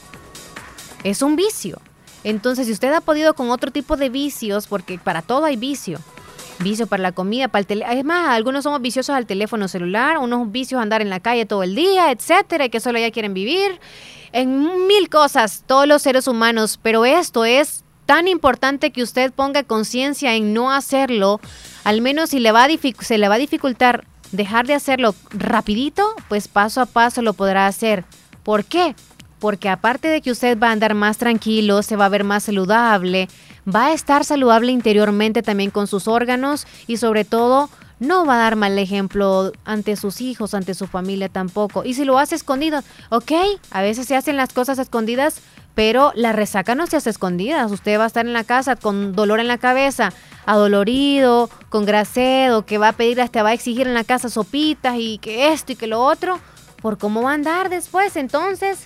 es un vicio. Entonces, si usted ha podido con otro tipo de vicios, porque para todo hay vicio. Vicio para la comida, para el teléfono. Es más, algunos somos viciosos al teléfono celular, unos vicios a andar en la calle todo el día, etcétera, y que solo ya quieren vivir. En 1000 cosas, todos los seres humanos, pero esto es tan importante que usted ponga conciencia en no hacerlo, al menos si se le va a dificultar dejar de hacerlo rapidito, pues paso a paso lo podrá hacer. ¿Por qué? Porque aparte de que usted va a andar más tranquilo, se va a ver más saludable, va a estar saludable interiormente también con sus órganos y sobre todo no va a dar mal ejemplo ante sus hijos, ante su familia tampoco. Y si lo hace escondido, ok, a veces se hacen las cosas escondidas, pero la resaca no se hace escondidas. Usted va a estar en la casa con dolor en la cabeza, adolorido, con grasedo, que va a pedir, hasta va a exigir en la casa sopitas y que esto y que lo otro, por cómo va a andar después. Entonces,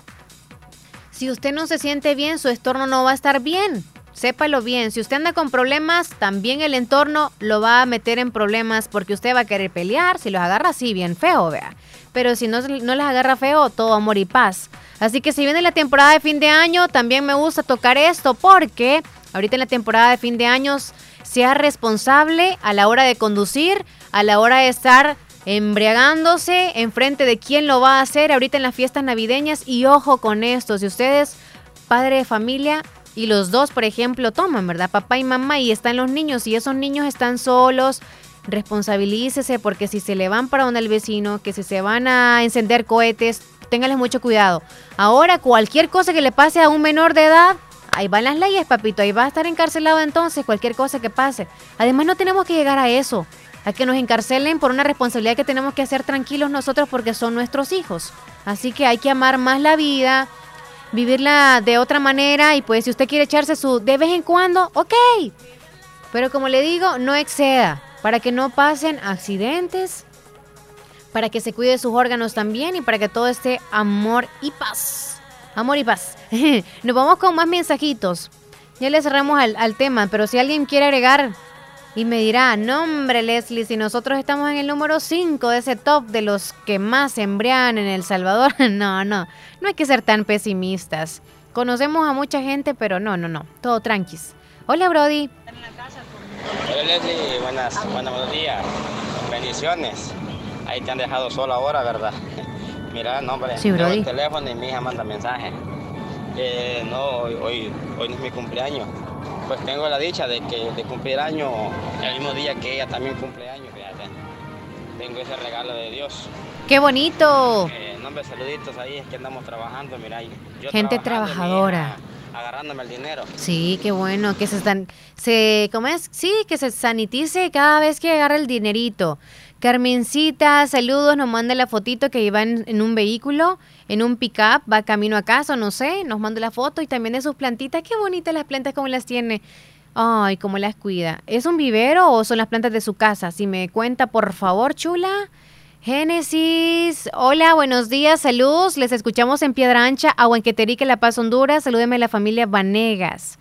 si usted no se siente bien, su entorno no va a estar bien. Sépalo bien, si usted anda con problemas, también el entorno lo va a meter en problemas porque usted va a querer pelear, si los agarra así bien feo, vea. Pero si no les agarra feo, todo amor y paz. Así que si viene la temporada de fin de año, también me gusta tocar esto porque ahorita en la temporada de fin de año sea responsable a la hora de conducir, a la hora de estar embriagándose enfrente de quién lo va a hacer ahorita en las fiestas navideñas. Y ojo con esto, si ustedes, padre de familia, y los dos, por ejemplo, toman, ¿verdad? Papá y mamá, y están los niños, y esos niños están solos, responsabilícese, porque si se le van para donde el vecino, que si se van a encender cohetes, ténganles mucho cuidado. Ahora, cualquier cosa que le pase a un menor de edad, ahí van las leyes, papito, ahí va a estar encarcelado entonces, cualquier cosa que pase. Además, no tenemos que llegar a eso, a que nos encarcelen por una responsabilidad que tenemos que hacer tranquilos nosotros porque son nuestros hijos. Así que hay que amar más la vida, vivirla de otra manera, y pues si usted quiere echarse su de vez en cuando, ok, pero como le digo, no exceda, para que no pasen accidentes, para que se cuide sus órganos también y para que todo esté amor y paz. Amor y paz. Nos vamos con más mensajitos. Ya le cerramos al tema, pero si alguien quiere agregar y me dirá, no hombre Leslie, si nosotros estamos en el número 5 de ese top de los que más se embriagan en El Salvador, no hay que ser tan pesimistas. Conocemos a mucha gente, pero no, todo tranquis. Hola Brody. Hola Leslie, buenos días, bendiciones. Ahí te han dejado sola ahora, ¿verdad? Mira, no hombre, sí, tengo el teléfono y mi hija manda mensaje. Hoy no es mi cumpleaños. Pues tengo la dicha de cumplir año el mismo día que ella también cumple años, fíjate. tengo ese regalo de Dios. ¡Qué bonito! Nombre, saluditos ahí, es que andamos trabajando, mira, yo gente trabajadora. Agarrándome el dinero. Sí, qué bueno, que ¿cómo es? Sí, que se sanitice cada vez que agarra el dinerito. Carmencita, saludos, nos manda la fotito que iba en un vehículo, en un pick-up, va camino a casa, no sé, nos manda la foto y también de sus plantitas. Qué bonitas las plantas, cómo las tiene. Ay, cómo las cuida. ¿Es un vivero o son las plantas de su casa? Si me cuenta, por favor, chula. Génesis, hola, buenos días, saludos, les escuchamos en Piedra Ancha, Aguanqueterique, La Paz, Honduras, salúdeme a la familia Vanegas,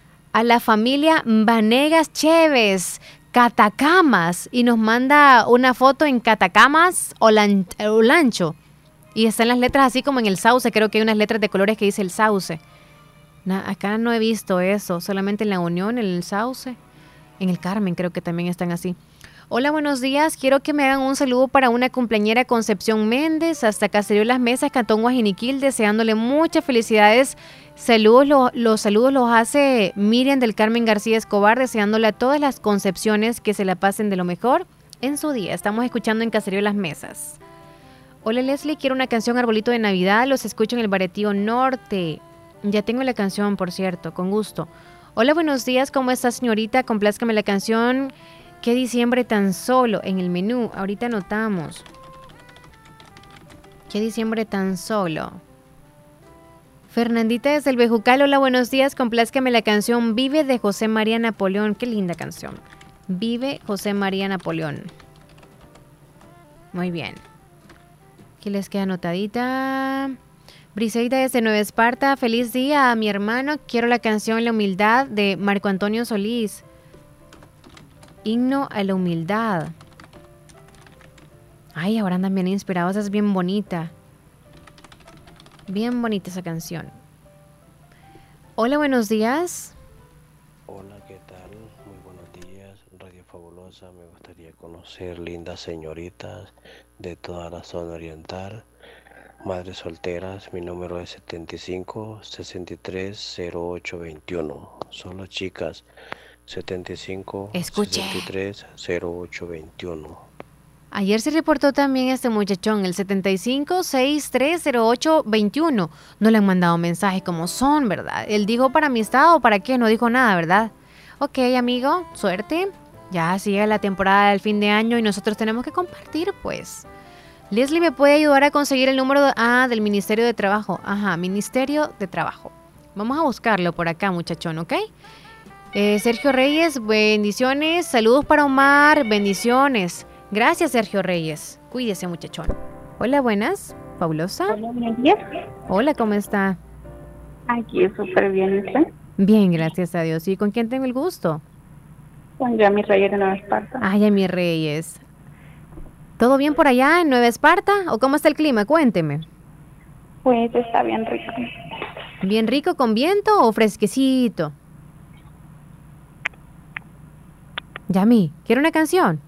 Chévez, Catacamas, y nos manda una foto en Catacamas, Olancho, y están las letras así como en el sauce, creo que hay unas letras de colores que dice el sauce. Acá no he visto eso, solamente en La Unión, en el sauce, en el Carmen creo que también están así. Hola, buenos días. Quiero que me hagan un saludo para una cumpleañera Concepción Méndez, hasta Caserío Las Mesas, Cantón Guajiniquil, deseándole muchas felicidades. Saludos, los saludos los hace Miriam del Carmen García Escobar, deseándole a todas las Concepciones que se la pasen de lo mejor en su día. Estamos escuchando en Caserío Las Mesas. Hola, Leslie, quiero una canción Arbolito de Navidad, los escucho en el Baretío Norte. Ya tengo la canción, por cierto, con gusto. Hola, buenos días, ¿cómo está, señorita? Complázcame la canción... ¿Qué diciembre tan solo? En el menú, ahorita anotamos. ¿Qué diciembre tan solo? Fernandita desde el Bejucal, hola, buenos días. Complázcame la canción Vive de José María Napoleón. Qué linda canción. Vive José María Napoleón. Muy bien. Aquí les queda anotadita. Briseida desde Nueva Esparta, feliz día a mi hermano. Quiero la canción La Humildad de Marco Antonio Solís. Himno a la humildad. Ay, ahora andan bien inspirados, es bien bonita. Bien bonita esa canción. Hola, buenos días. Hola, ¿qué tal? Muy buenos días, Radio Fabulosa. Me gustaría conocer lindas señoritas de toda la zona oriental. Madres solteras, mi número es 75 63 08 21. Solo chicas. 75 63 08 21. Ayer se reportó también este muchachón, el 75 63 08 21. No le han mandado mensajes como son, ¿verdad? Él dijo para amistad o para qué, no dijo nada, ¿verdad? Ok, amigo, suerte. Ya sigue la temporada del fin de año y nosotros tenemos que compartir, pues. Leslie, ¿me puede ayudar a conseguir el número del Ministerio de Trabajo? Ajá, Ministerio de Trabajo. Vamos a buscarlo por acá, muchachón, ¿ok? Sergio Reyes, bendiciones. Saludos para Omar, bendiciones. Gracias, Sergio Reyes. Cuídese, muchachón. Hola, buenas. Fabulosa. Hola, buenos días. Hola, ¿cómo está? Aquí súper bien, ¿usted? Bien, gracias a Dios. ¿Y con quién tengo el gusto? Con Yami Reyes de Nueva Esparta. Ay, Yami Reyes. ¿Todo bien por allá en Nueva Esparta? ¿O cómo está el clima? Cuénteme. Pues está bien rico. ¿Bien rico con viento o fresquecito? Yami, ¿quiere una canción?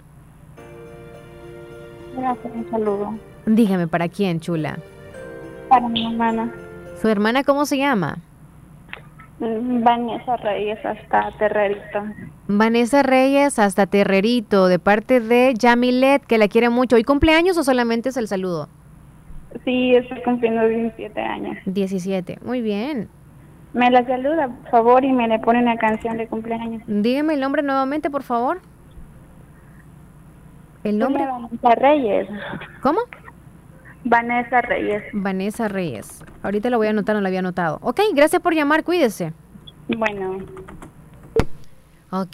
Gracias, un saludo. Dígame, ¿para quién, chula? Para mi hermana. ¿Su hermana cómo se llama? Vanessa Reyes hasta Terrerito. Vanessa Reyes hasta Terrerito, de parte de Yamilet, que la quiere mucho. ¿Hoy cumpleaños o solamente es el saludo? Sí, estoy cumpliendo 17 años. 17, muy bien. Me la saluda, por favor, y me le pone una canción de cumpleaños. Dígame el nombre nuevamente, por favor. ¿El nombre? Vanessa Reyes. ¿Cómo? Vanessa Reyes. Vanessa Reyes. Ahorita lo voy a anotar, no lo había anotado. Ok, gracias por llamar, cuídese. Bueno. Ok.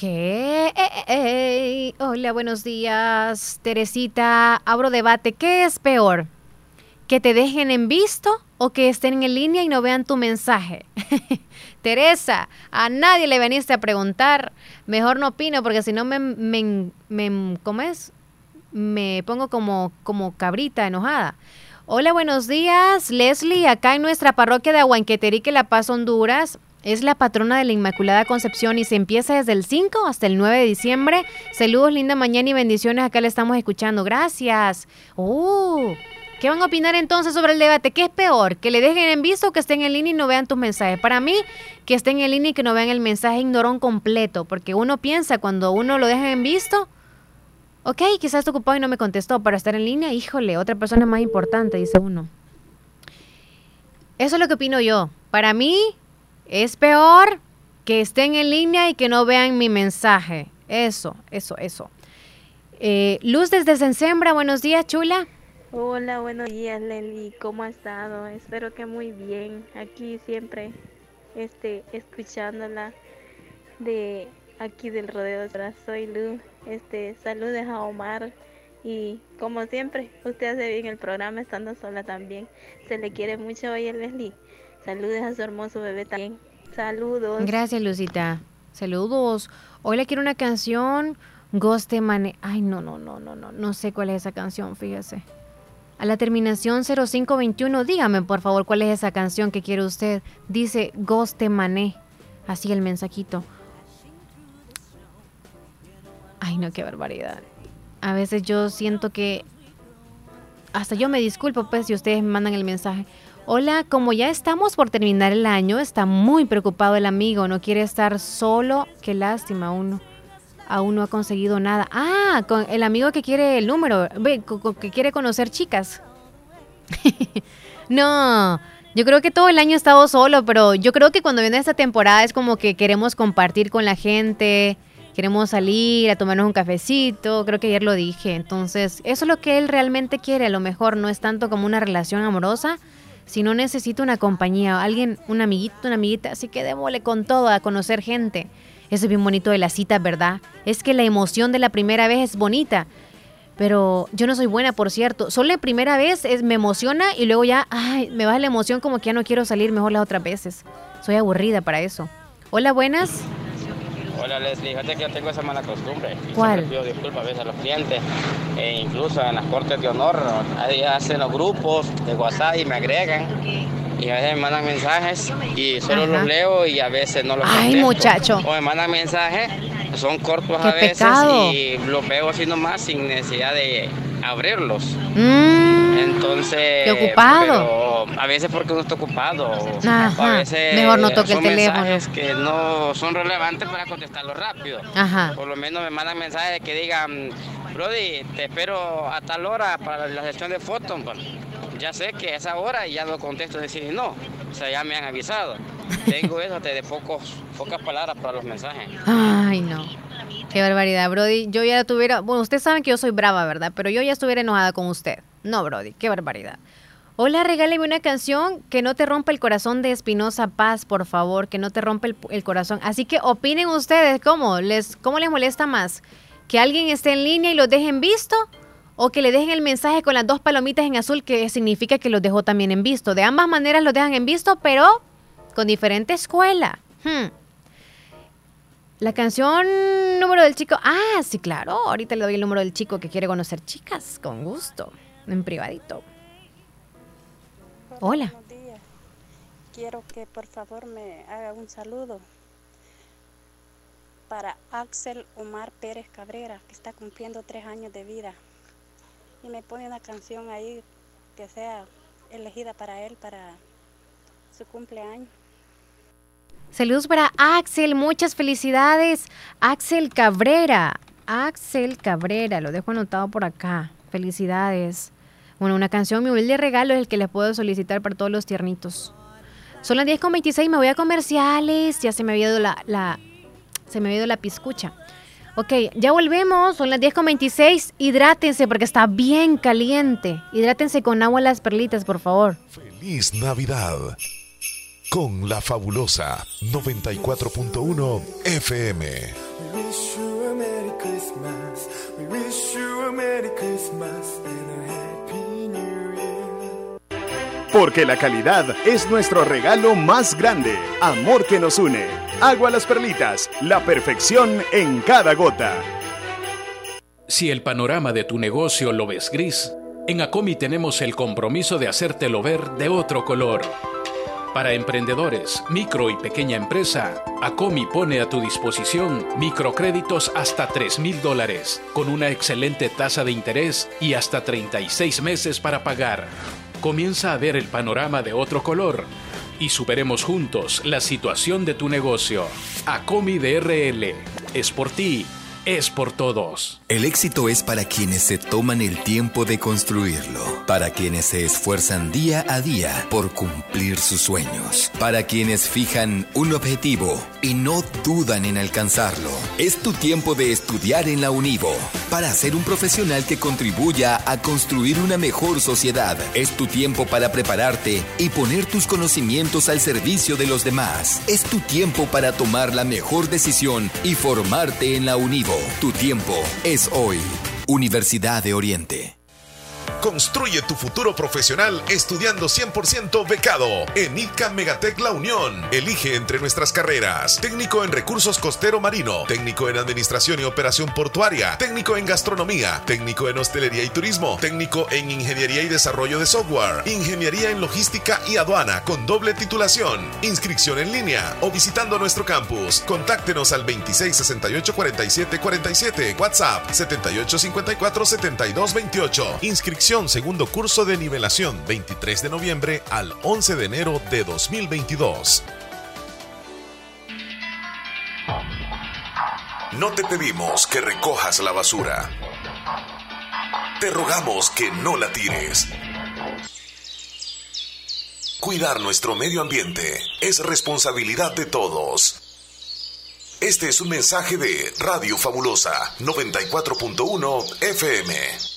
Hola, buenos días. Teresita, abro debate. ¿Qué es peor? ¿Que te dejen en visto o que estén en línea y no vean tu mensaje? Teresa, a nadie le veniste a preguntar. Mejor no opino porque si no ¿cómo es? Me pongo como cabrita enojada. Hola, buenos días. Leslie, acá en nuestra parroquia de Aguanqueterique, La Paz, Honduras, es la patrona de la Inmaculada Concepción y se empieza desde el 5 hasta el 9 de diciembre. Saludos, linda mañana y bendiciones. Acá le estamos escuchando. Gracias. ¿Qué van a opinar entonces sobre el debate? ¿Qué es peor? ¿Que le dejen en visto o que estén en línea y no vean tus mensajes? Para mí, que estén en línea y que no vean el mensaje ignorón completo, porque uno piensa cuando uno lo deja en visto, Ok, quizás está ocupado y no me contestó. Para estar en línea, híjole, otra persona más importante, dice uno. Eso es lo que opino yo. Para mí es peor que estén en línea y que no vean mi mensaje. Eso. Luz desde Sensembra, buenos días, chula. Hola, buenos días, Leli. ¿Cómo ha estado? Espero que muy bien. Aquí siempre escuchándola de aquí del rodeo. Soy Luz. Saludos a Omar. Y como siempre, usted hace bien el programa estando sola también. Se le quiere mucho hoy, Leslie. Saludos a su hermoso bebé también. Saludos. Gracias, Lucita. Saludos. Hoy le quiero una canción, Gostemane. Ay, no sé cuál es esa canción, fíjese. A la terminación 0521, dígame por favor cuál es esa canción que quiere usted. Dice Gostemane. Así el mensajito. Ay, no, qué barbaridad. A veces yo siento que hasta yo me disculpo pues si ustedes me mandan el mensaje. Hola, como ya estamos por terminar el año, está muy preocupado el amigo, no quiere estar solo. Qué lástima, aún no ha conseguido nada. Ah, con el amigo que quiere el número, que quiere conocer chicas. No, yo creo que todo el año he estado solo, pero yo creo que cuando viene esta temporada es como que queremos compartir con la gente, queremos salir a tomarnos un cafecito, creo que ayer lo dije. Entonces, eso es lo que él realmente quiere, a lo mejor no es tanto como una relación amorosa, sino necesita una compañía, alguien, un amiguito, una amiguita, así que démosle con todo a conocer gente. Eso es bien bonito de las citas, ¿verdad? Es que la emoción de la primera vez es bonita, pero yo no soy buena, por cierto. Solo la primera vez me emociona y luego ya, me baja la emoción como que ya no quiero salir mejor las otras veces. Soy aburrida para eso. Hola, buenas. Hola Leslie, fíjate que yo tengo esa mala costumbre. ¿Cuál? Siempre pido disculpas a veces a los clientes, incluso en las cortes de honor, ahí hacen los grupos de WhatsApp y me agregan y a veces me mandan mensajes y solo los leo y a veces no los contesto. Ay, muchacho. O me mandan mensajes, son cortos ¡Qué a veces pecado! Y los veo así nomás sin necesidad de abrirlos. Entonces, ¡Qué ocupado! Pero a veces porque uno está ocupado. Ajá, A veces mejor no toque el son teléfono. mensajes que no son relevantes para contestarlo rápido. Ajá. Por lo menos me mandan mensajes que digan, Brody, te espero a tal hora para la sesión de fotos. Bueno, ya sé que a esa hora y ya no contesto decir no. O sea, ya me han avisado. Tengo eso de pocas palabras para los mensajes. Ay, no. Qué barbaridad, Brody. Yo ya tuviera... Bueno, ustedes saben que yo soy brava, ¿verdad? Pero yo ya estuviera enojada con usted. No, Brody, qué barbaridad. Hola, regáleme una canción que no te rompa el corazón de Espinosa Paz, por favor. Que no te rompa el corazón. Así que opinen ustedes, ¿cómo les molesta más? ¿Que alguien esté en línea y los dejen visto? ¿O que le dejen el mensaje con las dos palomitas en azul, que significa que los dejó también en visto? De ambas maneras los dejan en visto, pero con diferente escuela. La canción número del chico. Ah, sí, claro. Ahorita le doy el número del chico que quiere conocer chicas. Con gusto. En privadito. Hola. Buenos días. Quiero que por favor me haga un saludo para Axel Omar Pérez Cabrera, que está cumpliendo 3 años de vida. Y me pone una canción ahí que sea elegida para él, para su cumpleaños. Saludos para Axel, muchas felicidades. Axel Cabrera, lo dejo anotado por acá. Felicidades. Bueno, una canción, mi humilde regalo es el que les puedo solicitar para todos los tiernitos. Son las 10:26, me voy a comerciales. Ya se me había ido la piscucha. Ok, ya volvemos, son las 10:26. Hidrátense porque está bien caliente. Hidrátense con agua Las Perlitas, por favor. Feliz Navidad con La Fabulosa 94.1 FM. We wish you a Merry Christmas. We wish you a Merry Christmas and a Happy New Year. Porque la calidad es nuestro regalo más grande. Amor que nos une. Agua Las Perlitas, la perfección en cada gota. Si el panorama de tu negocio lo ves gris, en Acomi tenemos el compromiso de hacértelo ver de otro color. Para emprendedores, micro y pequeña empresa, Acomi pone a tu disposición microcréditos hasta $3,000 con una excelente tasa de interés y hasta 36 meses para pagar. Comienza a ver el panorama de otro color y superemos juntos la situación de tu negocio. Acomi DRL. Es por ti, es por todos. El éxito es para quienes se toman el tiempo de construirlo, para quienes se esfuerzan día a día por cumplir sus sueños, para quienes fijan un objetivo y no dudan en alcanzarlo. Es tu tiempo de estudiar en la Univo, para ser un profesional que contribuya a construir una mejor sociedad. Es tu tiempo para prepararte y poner tus conocimientos al servicio de los demás. Es tu tiempo para tomar la mejor decisión y formarte en la Univo. Tu tiempo es hoy. Universidad de Oriente. Construye tu futuro profesional estudiando 100% becado en ITCA Megatec La Unión. Elige entre nuestras carreras: técnico en recursos costero marino, técnico en administración y operación portuaria, técnico en gastronomía, técnico en hostelería y turismo, técnico en ingeniería y desarrollo de software, ingeniería en logística y aduana con doble titulación. Inscripción en línea o visitando nuestro campus. Contáctenos al 2668-4747, WhatsApp 7854-7228. Inscripción segundo curso de nivelación, 23 de noviembre al 11 de enero de 2022. No te pedimos que recojas la basura. Te rogamos que no la tires. Cuidar nuestro medio ambiente es responsabilidad de todos. Este es un mensaje de Radio Fabulosa 94.1 FM.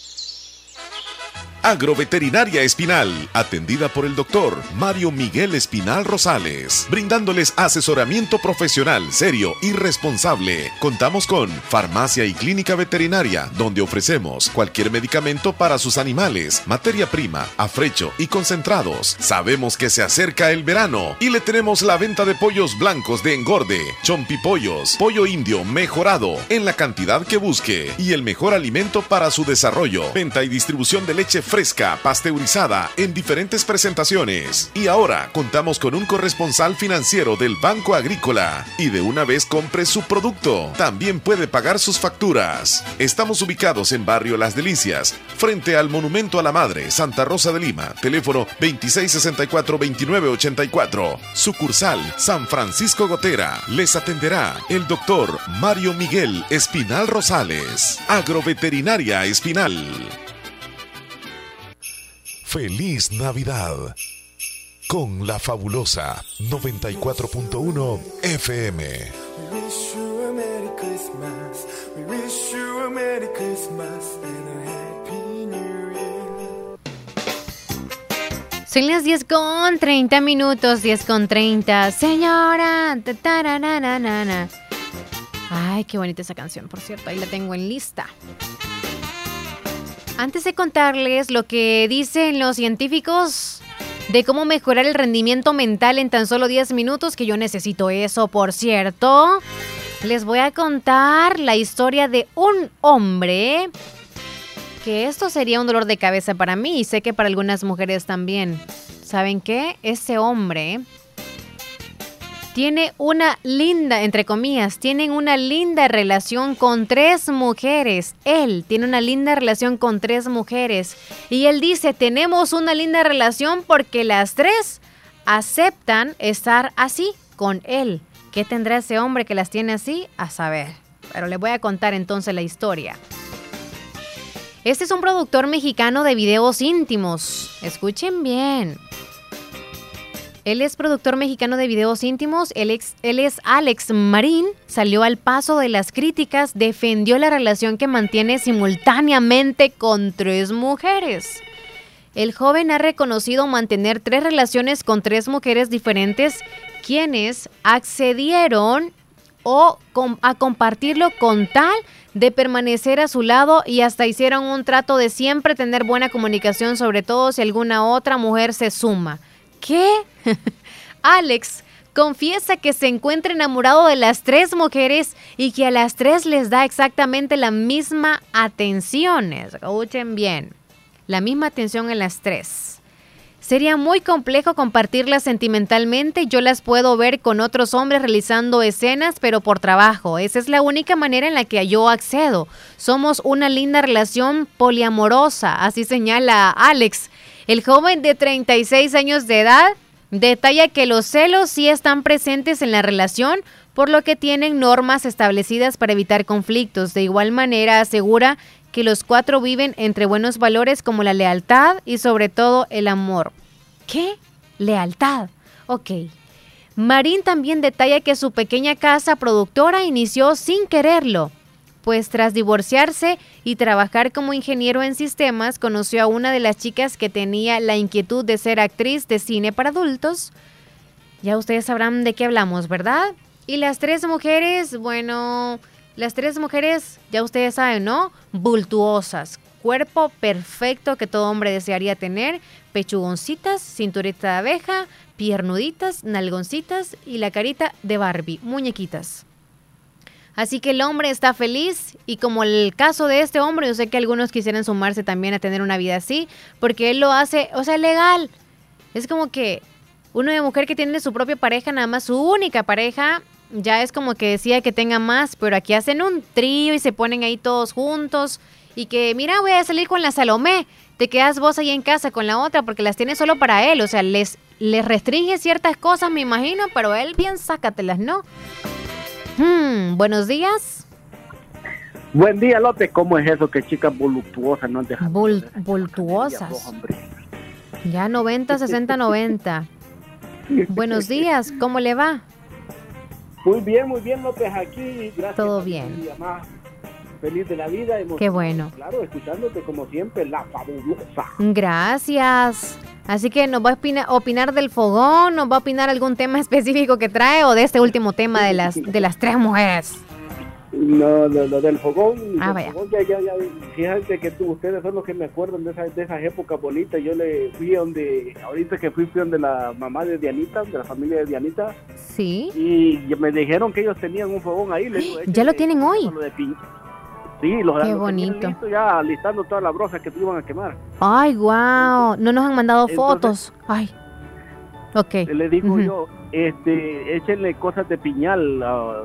Agroveterinaria Espinal, atendida por el doctor Mario Miguel Espinal Rosales, brindándoles asesoramiento profesional, serio y responsable. Contamos con farmacia y clínica veterinaria, donde ofrecemos cualquier medicamento para sus animales, materia prima, afrecho y concentrados. Sabemos que se acerca el verano y le tenemos la venta de pollos blancos de engorde, chompipollos, pollo indio mejorado en la cantidad que busque y el mejor alimento para su desarrollo. Venta y distribución de leche fresca, pasteurizada en diferentes presentaciones. Y ahora contamos con un corresponsal financiero del Banco Agrícola. Y de una vez compre su producto, también puede pagar sus facturas. Estamos ubicados en Barrio Las Delicias, frente al Monumento a la Madre, Santa Rosa de Lima. Teléfono 2664-2984. Sucursal San Francisco Gotera. Les atenderá el doctor Mario Miguel Espinal Rosales. Agroveterinaria Espinal. Feliz Navidad con La Fabulosa 94.1 FM. We wish you a Merry Christmas. We wish you a Merry Christmas and a Happy New Year. Son las 10:30, 10:30. Señora. Ay, qué bonita esa canción, por cierto. Ahí la tengo en lista. Antes de contarles lo que dicen los científicos de cómo mejorar el rendimiento mental en tan solo 10 minutos, que yo necesito eso, por cierto, les voy a contar la historia de un hombre, que esto sería un dolor de cabeza para mí y sé que para algunas mujeres también. ¿Saben qué? Ese hombre tiene una linda, entre comillas, tienen una linda relación con 3 mujeres. Él tiene una linda relación con 3 mujeres. Y él dice, tenemos una linda relación porque las 3 aceptan estar así con él. ¿Qué tendrá ese hombre que las tiene así? A saber. Pero les voy a contar entonces la historia. Este es un productor mexicano de videos íntimos. Escuchen bien. Él es productor mexicano de videos íntimos, él es Alex Marín, salió al paso de las críticas, defendió la relación que mantiene simultáneamente con 3 mujeres. El joven ha reconocido mantener 3 relaciones con 3 mujeres diferentes, quienes accedieron a compartirlo con tal de permanecer a su lado y hasta hicieron un trato de siempre tener buena comunicación, sobre todo si alguna otra mujer se suma. ¿Qué? Alex confiesa que se encuentra enamorado de las 3 mujeres y que a las 3 les da exactamente la misma atención. Escuchen bien, la misma atención en las 3. Sería muy complejo compartirlas sentimentalmente. Yo las puedo ver con otros hombres realizando escenas, pero por trabajo. Esa es la única manera en la que yo accedo. Somos una linda relación poliamorosa, así señala Alex. El joven de 36 años de edad detalla que los celos sí están presentes en la relación, por lo que tienen normas establecidas para evitar conflictos. De igual manera, asegura que los 4 viven entre buenos valores como la lealtad y sobre todo el amor. ¿Qué? Lealtad. Ok. Marín también detalla que su pequeña casa productora inició sin quererlo, pues tras divorciarse y trabajar como ingeniero en sistemas, conoció a una de las chicas que tenía la inquietud de ser actriz de cine para adultos. Ya ustedes sabrán de qué hablamos, ¿verdad? Y las 3 mujeres, bueno, ya ustedes saben, ¿no? Voluptuosas, cuerpo perfecto que todo hombre desearía tener, pechugoncitas, cinturita de abeja, piernuditas, nalgoncitas y la carita de Barbie, muñequitas. Así que el hombre está feliz y como el caso de este hombre, yo sé que algunos quisieran sumarse también a tener una vida así, porque él lo hace, o sea, legal. Es como que una mujer que tiene su propia pareja, nada más su única pareja, ya es como que decía que tenga más, pero aquí hacen un trío y se ponen ahí todos juntos y que, mira, voy a salir con la Salomé, te quedas vos ahí en casa con la otra porque las tiene solo para él, o sea, les restringe ciertas cosas, me imagino, pero él bien sácatelas, ¿no? Buenos días. Buen día, López. ¿Cómo es eso que chicas voluptuosas no han dejado? Voluptuosas. Ya 90, 60, 90. Buenos días, ¿cómo le va? Muy bien, López, aquí. Gracias. Todo bien. Más feliz de la vida. Qué bueno. Claro, escuchándote como siempre, la fabulosa. Gracias. Así que nos va a opinar del fogón, nos va a opinar algún tema específico que trae o de este último tema de las 3 mujeres. No, del fogón. Vaya. Fogón ya. Fíjate que ustedes son los que me acuerdan de esas épocas bonitas. Yo le fui ahorita que fui donde la mamá de Dianita, de la familia de Dianita. Sí. Y me dijeron que ellos tenían un fogón ahí. ¿Ya lo tienen hoy? Sí, qué bonito. Ya listando todas las brosas que te iban a quemar. Ay, wow. No nos han mandado fotos. Ay. Ok. Le digo yo, échenle cosas de piñal,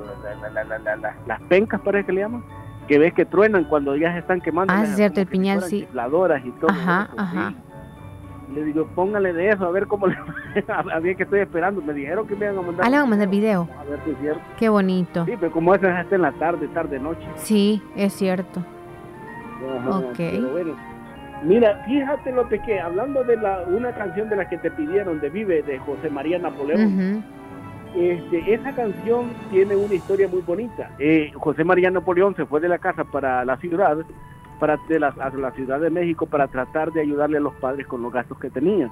las pencas parece que le llaman, que ves que truenan cuando ya se están quemando. Ah, es cierto, el piñal sí. Chifladoras y todo. Ajá, eso, ajá. Sí. Le digo, póngale de eso, a ver cómo le a ver que estoy esperando. Me dijeron que me iban a mandar. Ah, le van a mandar video. A ver si es cierto. Qué bonito. Sí, pero como eso es hasta en la tarde, noche. Sí, es cierto. Ajá, ok. Pero bueno. Mira, fíjate lo que hablando de una canción de la que te pidieron, de Vive, de José María Napoleón. Esa canción tiene una historia muy bonita. José María Napoleón se fue de la casa para la ciudad, a la Ciudad de México, para tratar de ayudarle a los padres con los gastos que tenían.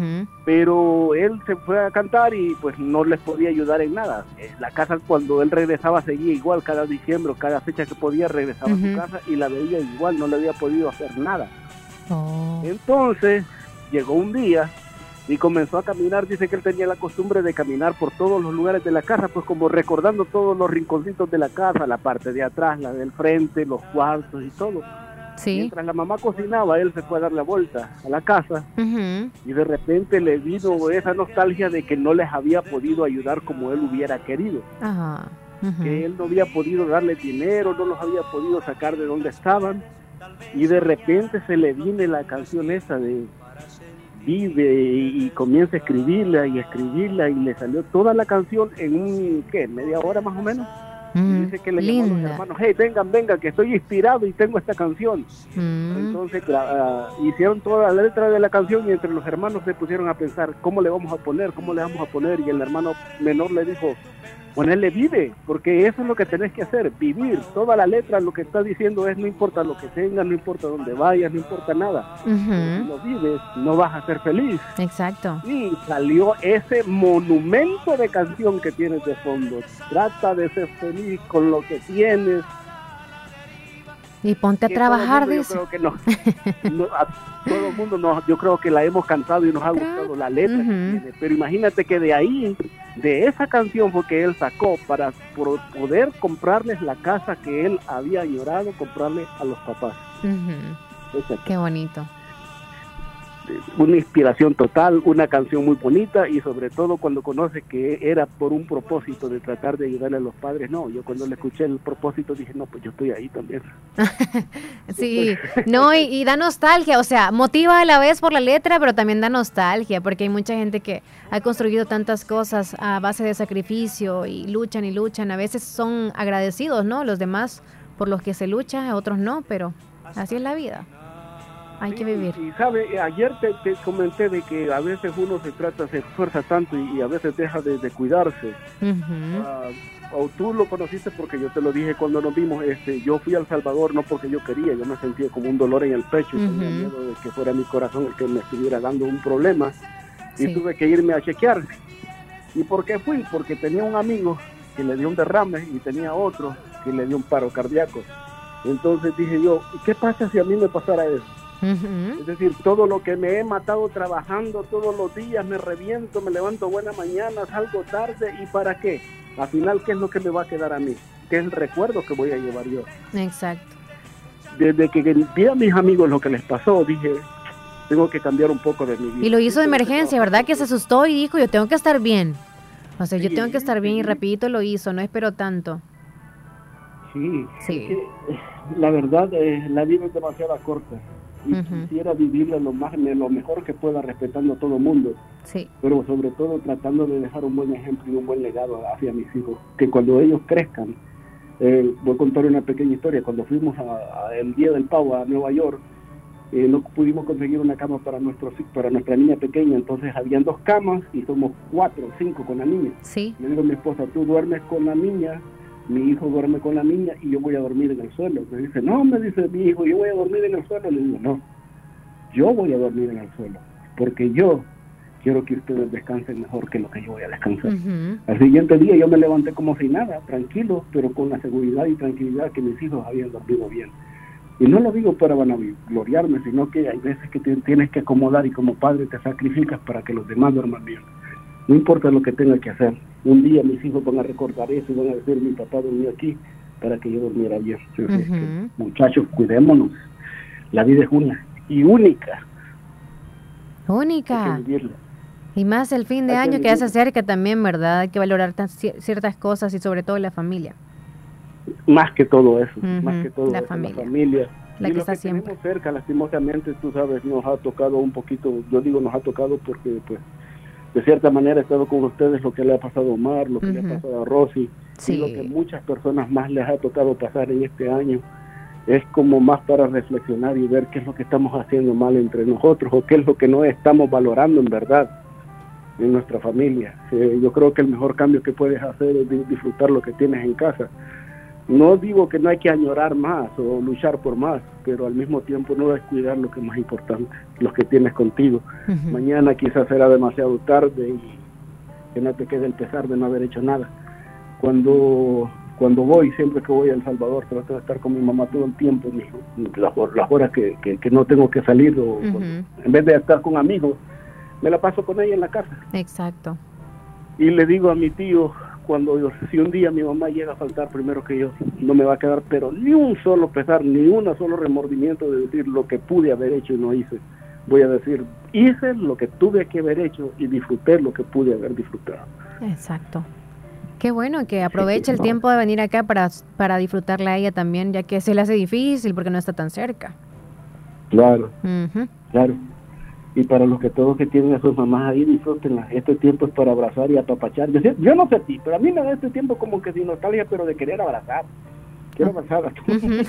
Pero él se fue a cantar y pues no les podía ayudar en nada. La casa, cuando él regresaba, seguía igual. Cada diciembre, cada fecha que podía, regresaba a su casa y la veía igual, no le había podido hacer nada. Entonces llegó un día y comenzó a caminar. Dice que él tenía la costumbre de caminar por todos los lugares de la casa, pues como recordando todos los rinconcitos de la casa, la parte de atrás, la del frente, los cuartos y todo. Sí. Mientras la mamá cocinaba, él se fue a dar la vuelta a la casa y de repente le vino esa nostalgia de que no les había podido ayudar como él hubiera querido. Que él no había podido darle dinero, no los había podido sacar de donde estaban. Y de repente se le viene la canción esa de Vive y comienza a escribirla y le salió toda la canción en media hora más o menos. Y dice que le llamó a los hermanos, hey, vengan, que estoy inspirado y tengo esta canción. Entonces hicieron toda la letra de la canción y entre los hermanos se pusieron a pensar, ¿cómo le vamos a poner? Y el hermano menor le dijo, ponerle Vive, porque eso es lo que tenés que hacer, vivir. Toda la letra lo que está diciendo es, no importa lo que tengas, no importa dónde vayas, no importa nada. Si lo vives, no vas a ser feliz. Exacto. Y salió ese monumento de canción que tienes de fondo. Trata de ser feliz con lo que tienes. Y ponte a trabajar de eso. Yo creo que a todo el mundo yo creo que la hemos cantado y nos ha gustado la letra que tiene. Pero imagínate que de ahí, de esa canción fue que él sacó para poder comprarles la casa que él había llorado comprarle a los papás. Qué bonito. una inspiración total, una canción muy bonita, y sobre todo cuando conoce que era por un propósito de tratar de ayudarle a los padres. No, yo cuando le escuché el propósito dije, no, pues yo estoy ahí también. Sí, no, y da nostalgia, o sea, motiva a la vez por la letra, pero también da nostalgia, porque hay mucha gente que ha construido tantas cosas a base de sacrificio y luchan, a veces son agradecidos, ¿no? Los demás por los que se lucha, a otros no, pero así es la vida. Hay que vivir. Y sabe, ayer te comenté de que a veces uno se esfuerza tanto y a veces deja de cuidarse. O tú lo conociste porque yo te lo dije cuando nos vimos. Yo fui a El Salvador no porque yo quería, yo me sentía como un dolor en el pecho, tenía miedo de que fuera mi corazón el que me estuviera dando un problema, y tuve que irme a chequear. ¿Y por qué fui? Porque tenía un amigo que le dio un derrame y tenía otro que le dio un paro cardíaco. Entonces dije yo, ¿qué pasa si a mí me pasara eso? Es decir, todo lo que me he matado trabajando todos los días, me reviento, me levanto buena mañana, salgo tarde, ¿y para qué? Al final, ¿qué es lo que me va a quedar a mí? ¿Qué es el recuerdo que voy a llevar yo? Exacto. Desde que vi a mis amigos lo que les pasó, dije, tengo que cambiar un poco de mi vida. Y lo hizo de emergencia, ¿verdad? Que se asustó y dijo, yo tengo que estar bien. O sea, yo tengo que estar bien, y rapidito lo hizo, no esperó tanto. Sí. La verdad, la vida es demasiado corta. Y quisiera vivirla lo mejor que pueda, respetando a todo el mundo, pero sobre todo tratando de dejar un buen ejemplo y un buen legado hacia mis hijos, que cuando ellos crezcan, voy a contar una pequeña historia. Cuando fuimos el día del Pavo a Nueva York, no pudimos conseguir una cama para nuestra niña pequeña, entonces habían 2 camas y somos 4 o 5 con la niña. Le digo a mi esposa, tú duermes con la niña, mi hijo duerme con la niña y yo voy a dormir en el suelo. Me dice, no, me dice mi hijo, yo voy a dormir en el suelo. Le digo, no, yo voy a dormir en el suelo, porque yo quiero que ustedes descansen mejor que lo que yo voy a descansar. Al siguiente día yo me levanté como si nada, tranquilo, pero con la seguridad y tranquilidad que mis hijos habían dormido bien. Y no lo digo para vanagloriarme, sino que hay veces que te tienes que acomodar y como padre te sacrificas para que los demás duerman bien. No importa lo que tenga que hacer. Un día mis hijos van a recordar eso y van a decir, mi papá durmió aquí para que yo durmiera bien. Muchachos, cuidémonos. La vida es una y única. Única. Hay que vivirla. Y más el fin de año que ya se acerca también, ¿verdad? Hay que valorar ciertas cosas y sobre todo la familia. Más que todo eso, más que todo la eso, familia. La familia. La y que lo está que siempre. tenemos cerca, lastimosamente, tú sabes, nos ha tocado un poquito, yo digo nos ha tocado porque pues de cierta manera he estado con ustedes lo que le ha pasado a Omar, lo que le ha pasado a Rosy, y lo que muchas personas más les ha tocado pasar en este año. Es como más para reflexionar y ver qué es lo que estamos haciendo mal entre nosotros o qué es lo que no estamos valorando en verdad en nuestra familia. Yo creo que el mejor cambio que puedes hacer es disfrutar lo que tienes en casa. No digo que no hay que añorar más o luchar por más, pero al mismo tiempo no descuidar lo que es más importante, los que tienes contigo. Mañana quizás será demasiado tarde y que no te quede el pesar de no haber hecho nada. Cuando voy, siempre que voy a El Salvador, trato de estar con mi mamá todo el tiempo, las horas que no tengo que salir, o en vez de estar con amigos, me la paso con ella en la casa. Exacto. Y le digo a mi tío, si un día mi mamá llega a faltar primero que yo, no me va a quedar pero ni un solo pesar, ni un solo remordimiento de decir lo que pude haber hecho y no hice. Voy a decir, hice lo que tuve que haber hecho y disfruté lo que pude haber disfrutado. Exacto. Qué bueno que aproveche el tiempo de venir acá para disfrutarla a ella también, ya que se le hace difícil porque no está tan cerca. Claro, claro. Y para los que todos que tienen a sus mamás ahí, disfrútenla. Este tiempo es para abrazar y apapachar. Yo no sé a ti, pero a mí me da este tiempo como que sin nostalgia, pero de querer abrazar. Quiero abrazar a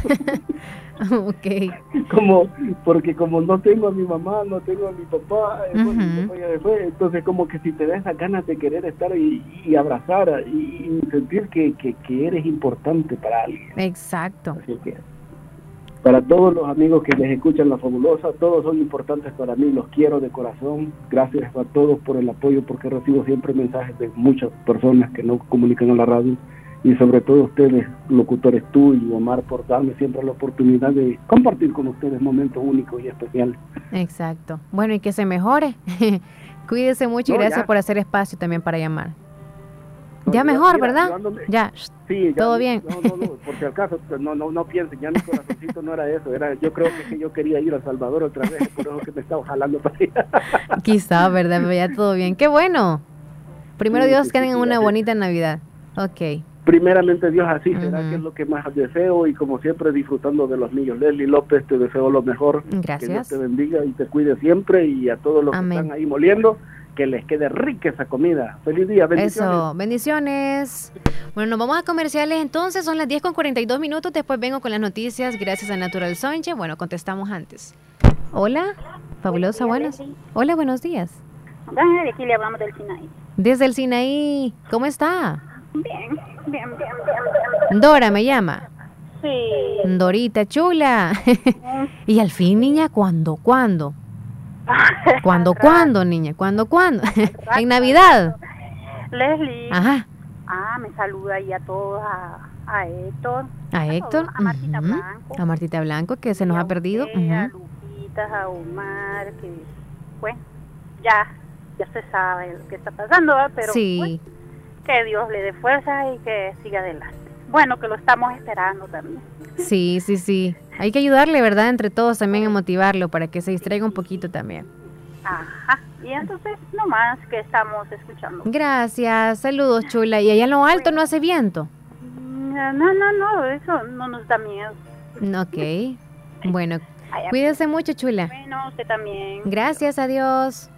todos. Okay. Porque como no tengo a mi mamá, no tengo a mi papá, mi papá ya se fue, entonces como que si te da esas ganas de querer estar y abrazar y sentir que eres importante para alguien. Exacto. Así que, para todos los amigos que les escuchan La Fabulosa, todos son importantes para mí, los quiero de corazón. Gracias a todos por el apoyo, porque recibo siempre mensajes de muchas personas que no comunican a la radio, y sobre todo ustedes, locutores, tú y Omar, por darme siempre la oportunidad de compartir con ustedes momentos únicos y especiales. Exacto. Bueno, y que se mejore. Cuídese mucho y gracias por hacer espacio también para llamar. Ya mejor, ¿verdad? Ya. Sí, ya, todo bien. No, por si acaso, no piensen, ya mi corazoncito no era eso, yo creo que yo quería ir a Salvador otra vez, por eso que me estaba jalando para allá. Quizá, ¿verdad? Pero ya todo bien. ¡Qué bueno! Primero Dios, que tengan una bonita Navidad. Ok. Primeramente Dios, así será, que es lo que más deseo, y como siempre disfrutando de los niños. Leslie López, te deseo lo mejor. Gracias. Que Dios te bendiga y te cuide siempre, y a todos los que están ahí moliendo, que les quede rica esa comida. Feliz día, bendiciones. Eso, bendiciones. Bueno, nos vamos a comerciales entonces, son las 10:42, después vengo con las noticias, gracias a Natural Sunshine. Bueno, contestamos antes. Hola, fabulosa, buenas. Hola, buenos días. De aquí le hablamos del Sinaí. Desde el Sinaí, ¿cómo está? Bien. Dora me llama. Sí. Dorita, chula. Y al fin, niña, ¿cuándo? ¿Cuándo, niña? ¿Cuándo? ¿En Navidad? Leslie. Ajá. Me saluda ahí a todos, a Héctor. A Héctor. A Martita Blanco. A Martita Blanco, que se nos ha perdido. A Lupitas, a Omar, que pues ya se sabe lo que está pasando, ¿verdad? Pero sí. Pues, que Dios le dé fuerza y que siga adelante. Bueno, que lo estamos esperando también. Sí. Hay que ayudarle, ¿verdad? Entre todos también a motivarlo para que se distraiga un poquito también. Ajá. Y entonces, nomás que estamos escuchando. Gracias. Saludos, chula. ¿Y allá en lo alto no hace viento? No. Eso no nos da miedo. Ok. Bueno, cuídese mucho, chula. Bueno, usted también. Gracias, adiós.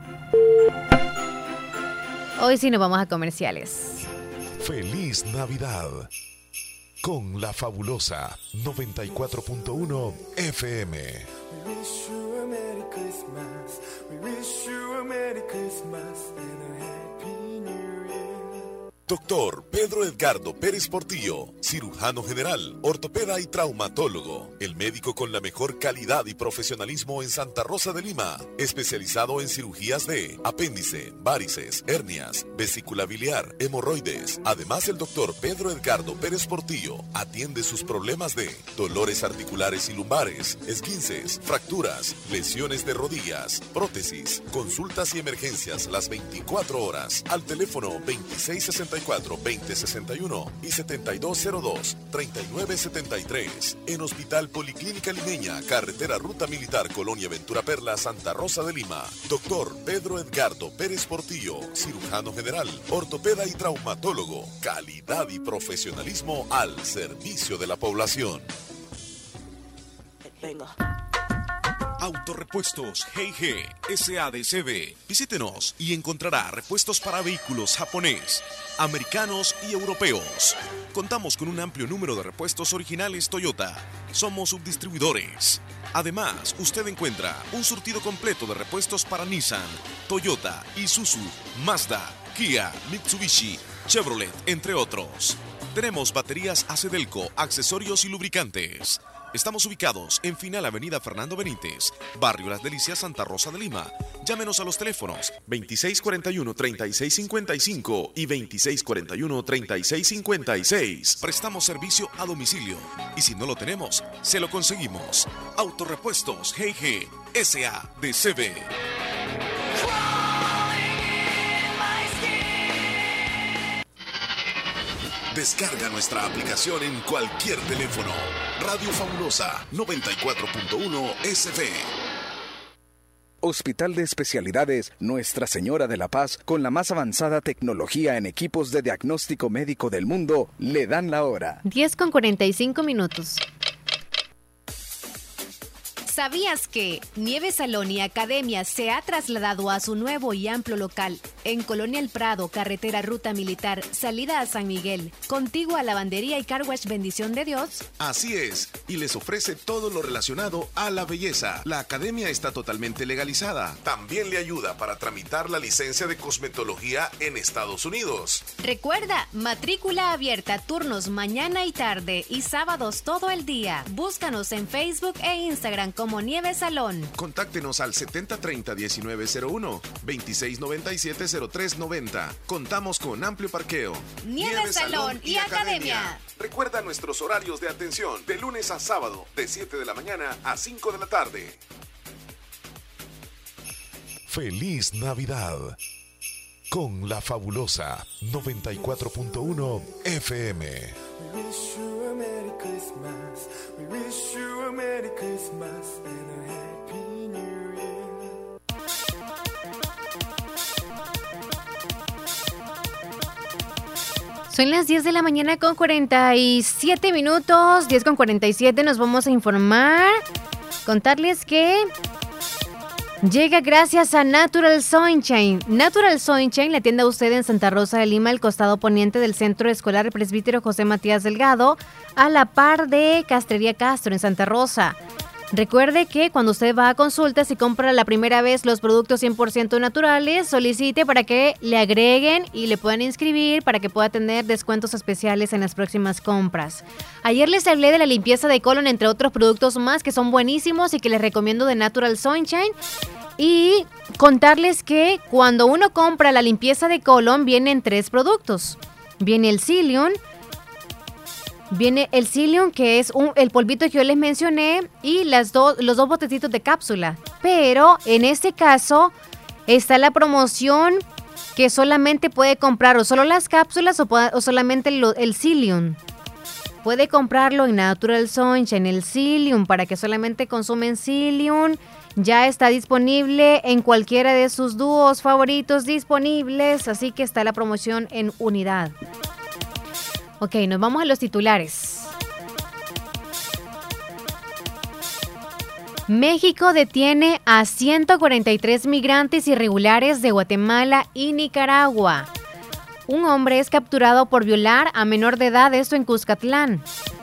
Hoy sí nos vamos a comerciales. Feliz Navidad con La Fabulosa 94.1 FM. We wish you a Merry Christmas. We wish you a Merry Christmas and a Happy New Year. Doctor Pedro Edgardo Pérez Portillo, cirujano general, ortopeda y traumatólogo. El médico con la mejor calidad y profesionalismo en Santa Rosa de Lima. Especializado en cirugías de apéndice, varices, hernias, vesícula biliar, hemorroides. Además, el doctor Pedro Edgardo Pérez Portillo atiende sus problemas de dolores articulares y lumbares, esguinces, fracturas, lesiones de rodillas, prótesis, consultas y emergencias las 24 horas. Al teléfono 2664-2061 y 7202-3973. En Hospital Policlínica Limeña, Carretera Ruta Militar, Colonia Ventura Perla, Santa Rosa de Lima. Doctor Pedro Edgardo Pérez Portillo, cirujano general, ortopeda y traumatólogo. Calidad y profesionalismo al servicio de la población. Venga. Autorepuestos G&G SADCB. Visítenos y encontrará repuestos para vehículos japonés, americanos y europeos. Contamos con un amplio número de repuestos originales Toyota. Somos subdistribuidores. Además, usted encuentra un surtido completo de repuestos para Nissan, Toyota, Isuzu, Mazda, Kia, Mitsubishi, Chevrolet, entre otros. Tenemos baterías Acedelco, accesorios y lubricantes. Estamos ubicados en Final Avenida Fernando Benítez, Barrio Las Delicias, Santa Rosa de Lima. Llámenos a los teléfonos 2641-3655 y 2641-3656. Prestamos servicio a domicilio y si no lo tenemos, se lo conseguimos. Autorepuestos G&G SADCB. Descarga nuestra aplicación en cualquier teléfono. Radio Fabulosa 94.1 SF. Hospital de Especialidades Nuestra Señora de la Paz, con la más avanzada tecnología en equipos de diagnóstico médico del mundo, le dan la hora. 10:45. ¿Sabías que Nieves Salón y Academia se ha trasladado a su nuevo y amplio local en Colonia El Prado, carretera Ruta Militar, salida a San Miguel, contigua a Lavandería y Car Wash Bendición de Dios? Así es, y les ofrece todo lo relacionado a la belleza. La academia está totalmente legalizada. También le ayuda para tramitar la licencia de cosmetología en Estados Unidos. Recuerda, matrícula abierta, turnos mañana y tarde y sábados todo el día. Búscanos en Facebook e Instagram como Nieves Salón. Contáctenos al 7030-1901, 2697-0390. Contamos con amplio parqueo. Nieves Salón y Academia. Recuerda nuestros horarios de atención, de lunes a sábado, de 7 de la mañana a 5 de la tarde. Feliz Navidad con La Fabulosa 94.1 FM. We wish you a Merry Christmas. We wish you a Merry Christmas and a Happy New Year. Son las 10 de la mañana con 47 minutos, 10 con 47, nos vamos a informar, contarles que llega gracias a Natural Sunshine. Natural Sunshine la atiende a usted en Santa Rosa de Lima, al costado poniente del Centro Escolar Presbítero José Matías Delgado, a la par de Castrería Castro en Santa Rosa. Recuerde que cuando usted va a consultas y compra la primera vez los productos 100% naturales, solicite para que le agreguen y le puedan inscribir para que pueda tener descuentos especiales en las próximas compras. Ayer les hablé de la limpieza de colon, entre otros productos más que son buenísimos y que les recomiendo de Natural Sunshine. Y contarles que cuando uno compra la limpieza de colon vienen 3 productos. Viene el Psyllium. Viene el Psyllium, que es el polvito que yo les mencioné, y los dos botecitos de cápsula. Pero en este caso está la promoción que solamente puede comprar o solo las cápsulas o solamente el Psyllium. Puede comprarlo en Natural Sunshine, el Psyllium, para que solamente consumen Psyllium. Ya está disponible en cualquiera de sus dúos favoritos disponibles, así que está la promoción en unidad. Ok, nos vamos a los titulares. México detiene a 143 migrantes irregulares de Guatemala y Nicaragua. Un hombre es capturado por violar a menor de edad, esto en Cuscatlán.